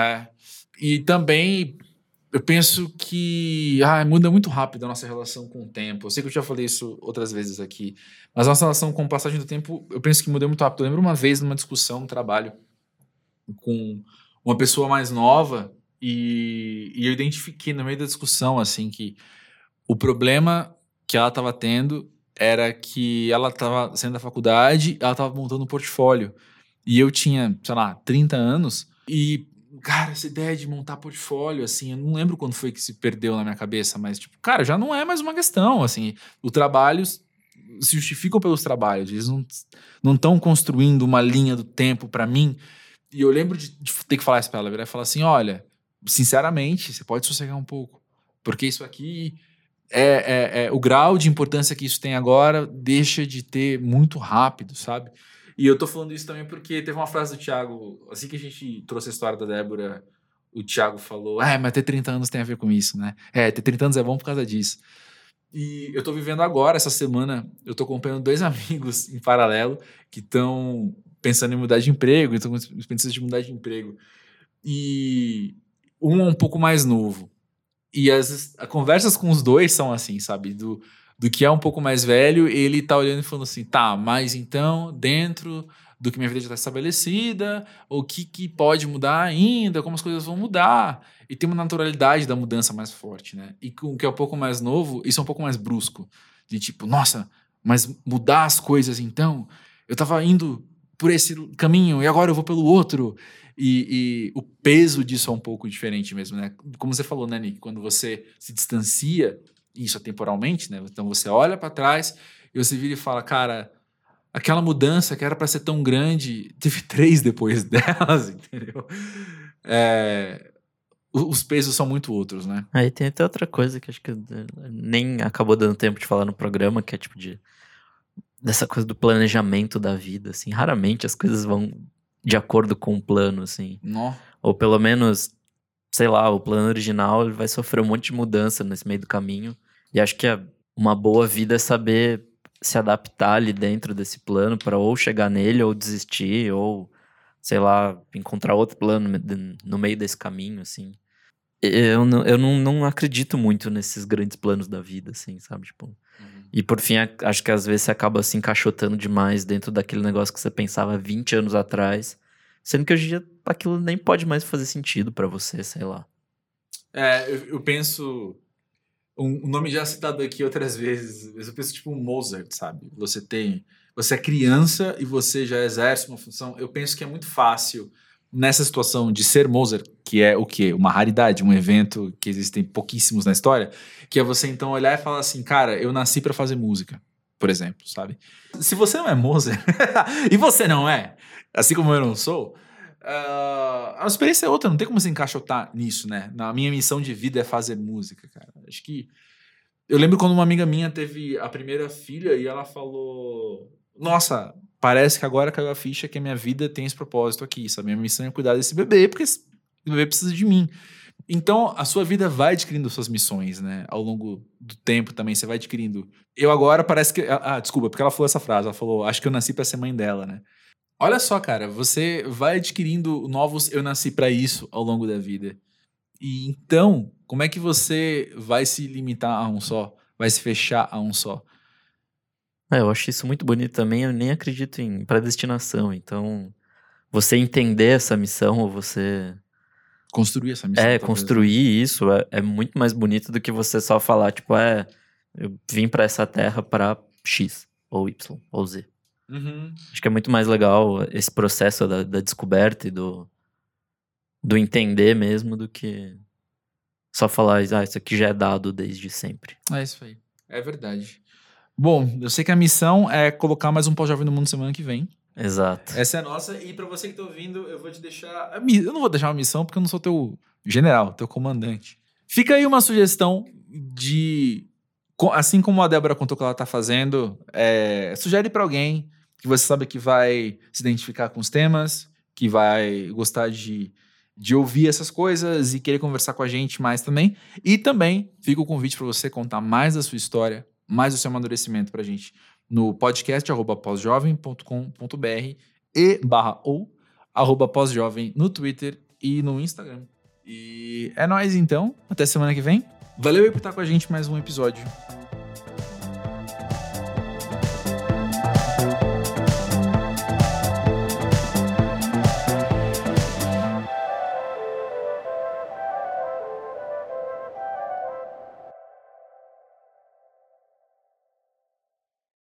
E também eu penso que muda muito rápido a nossa relação com o tempo. Eu sei que eu já falei isso outras vezes aqui, mas a nossa relação com a passagem do tempo, eu penso que muda muito rápido. Eu lembro uma vez numa discussão, no trabalho, com uma pessoa mais nova e eu identifiquei no meio da discussão, assim, que o problema que ela estava tendo era que ela estava saindo da faculdade, ela estava montando um portfólio. E eu tinha, sei lá, 30 anos. E, cara, essa ideia de montar portfólio, assim, eu não lembro quando foi que se perdeu na minha cabeça, mas, tipo, cara, já não é mais uma questão, assim. Os trabalhos se justificam pelos trabalhos. Eles não estão construindo uma linha do tempo pra mim. E eu lembro de ter que falar isso pra ela, virar e falar assim, olha, sinceramente, você pode sossegar um pouco. Porque isso aqui o grau de importância que isso tem agora deixa de ter muito rápido, sabe? E eu tô falando isso também porque teve uma frase do Thiago, assim que a gente trouxe a história da Débora, o Thiago falou, mas ter 30 anos tem a ver com isso, né? Ter 30 anos é bom por causa disso. E eu tô vivendo agora, essa semana, eu tô acompanhando 2 amigos em paralelo que estão pensando em mudar de emprego, então pensando de mudar de emprego. E um é um pouco mais novo. E as conversas com os dois são assim, sabe? Do que é um pouco mais velho, ele tá olhando e falando assim, tá, mas então, dentro do que minha vida já está estabelecida, o que pode mudar ainda, como as coisas vão mudar. E tem uma naturalidade da mudança mais forte, né? E com o que é um pouco mais novo, isso é um pouco mais brusco. De tipo, nossa, mas mudar as coisas então? Eu tava indo por esse caminho e agora eu vou pelo outro. E o peso disso é um pouco diferente mesmo, né? Como você falou, né, Nick? Quando você se distancia, isso é temporalmente, né? Então você olha para trás e você vira e fala, cara, aquela mudança que era para ser tão grande, teve 3 depois delas, entendeu? Os pesos são muito outros, né? Aí tem até outra coisa que acho que nem acabou dando tempo de falar no programa, que é tipo dessa coisa do planejamento da vida, assim. Raramente as coisas vão de acordo com o plano, assim. Nó. Ou pelo menos, sei lá, o plano original ele vai sofrer um monte de mudança nesse meio do caminho. E acho que uma boa vida é saber se adaptar ali dentro desse plano para ou chegar nele, ou desistir, ou, sei lá, encontrar outro plano no meio desse caminho, assim. Eu não acredito muito nesses grandes planos da vida, assim, sabe? Tipo, e por fim, acho que às vezes você acaba se encaixotando demais dentro daquele negócio que você pensava 20 anos atrás, sendo que hoje em dia aquilo nem pode mais fazer sentido pra você, sei lá. Eu penso... Um nome já citado aqui outras vezes, mas eu penso tipo um Mozart, sabe? Você é criança e você já exerce uma função. Eu penso que é muito fácil nessa situação de ser Mozart, que é o quê? Uma raridade, um evento que existem pouquíssimos na história, que é você então olhar e falar assim, cara, eu nasci para fazer música, por exemplo, sabe? Se você não é Mozart, e você não é, assim como eu não sou, a experiência é outra, não tem como se encaixotar nisso, né? Na minha missão de vida é fazer música, cara. Acho que... Eu lembro quando uma amiga minha teve a primeira filha e ela falou... Nossa, parece que agora caiu a ficha que a minha vida tem esse propósito aqui, sabe? Minha missão é cuidar desse bebê, porque esse bebê precisa de mim. Então, a sua vida vai adquirindo suas missões, né? Ao longo do tempo também, você vai adquirindo. Eu agora parece que... desculpa, porque ela falou essa frase. Ela falou, acho que eu nasci pra ser mãe dela, né? Olha só, cara, você vai adquirindo novos eu nasci pra isso ao longo da vida. E então, como é que você vai se limitar a um só? Vai se fechar a um só? Eu acho isso muito bonito também, eu nem acredito em predestinação, então você entender essa missão ou você... Construir essa missão. Talvez, construir isso é muito mais bonito do que você só falar, tipo, eu vim pra essa terra pra X, ou Y, ou Z. Uhum. Acho que é muito mais legal esse processo da descoberta e do entender mesmo do que só falar, isso aqui já é dado desde sempre. É isso aí. É verdade. Bom, eu sei que a missão é colocar mais um Pós-Jovem no Mundo semana que vem. Exato. Essa é a nossa. E pra você que tá ouvindo, eu vou te deixar... Eu não vou deixar uma missão porque eu não sou teu general, teu comandante. Fica aí uma sugestão de Assim como a Débora contou que ela tá fazendo, sugere pra alguém que você sabe que vai se identificar com os temas, que vai gostar de ouvir essas coisas e querer conversar com a gente mais também. E também fica o convite para você contar mais da sua história, mais do seu amadurecimento pra gente no podcast@posjovem.com.br e/ou @posjovem no Twitter e no Instagram. E é nóis então, até semana que vem. Valeu aí por estar com a gente em mais um episódio.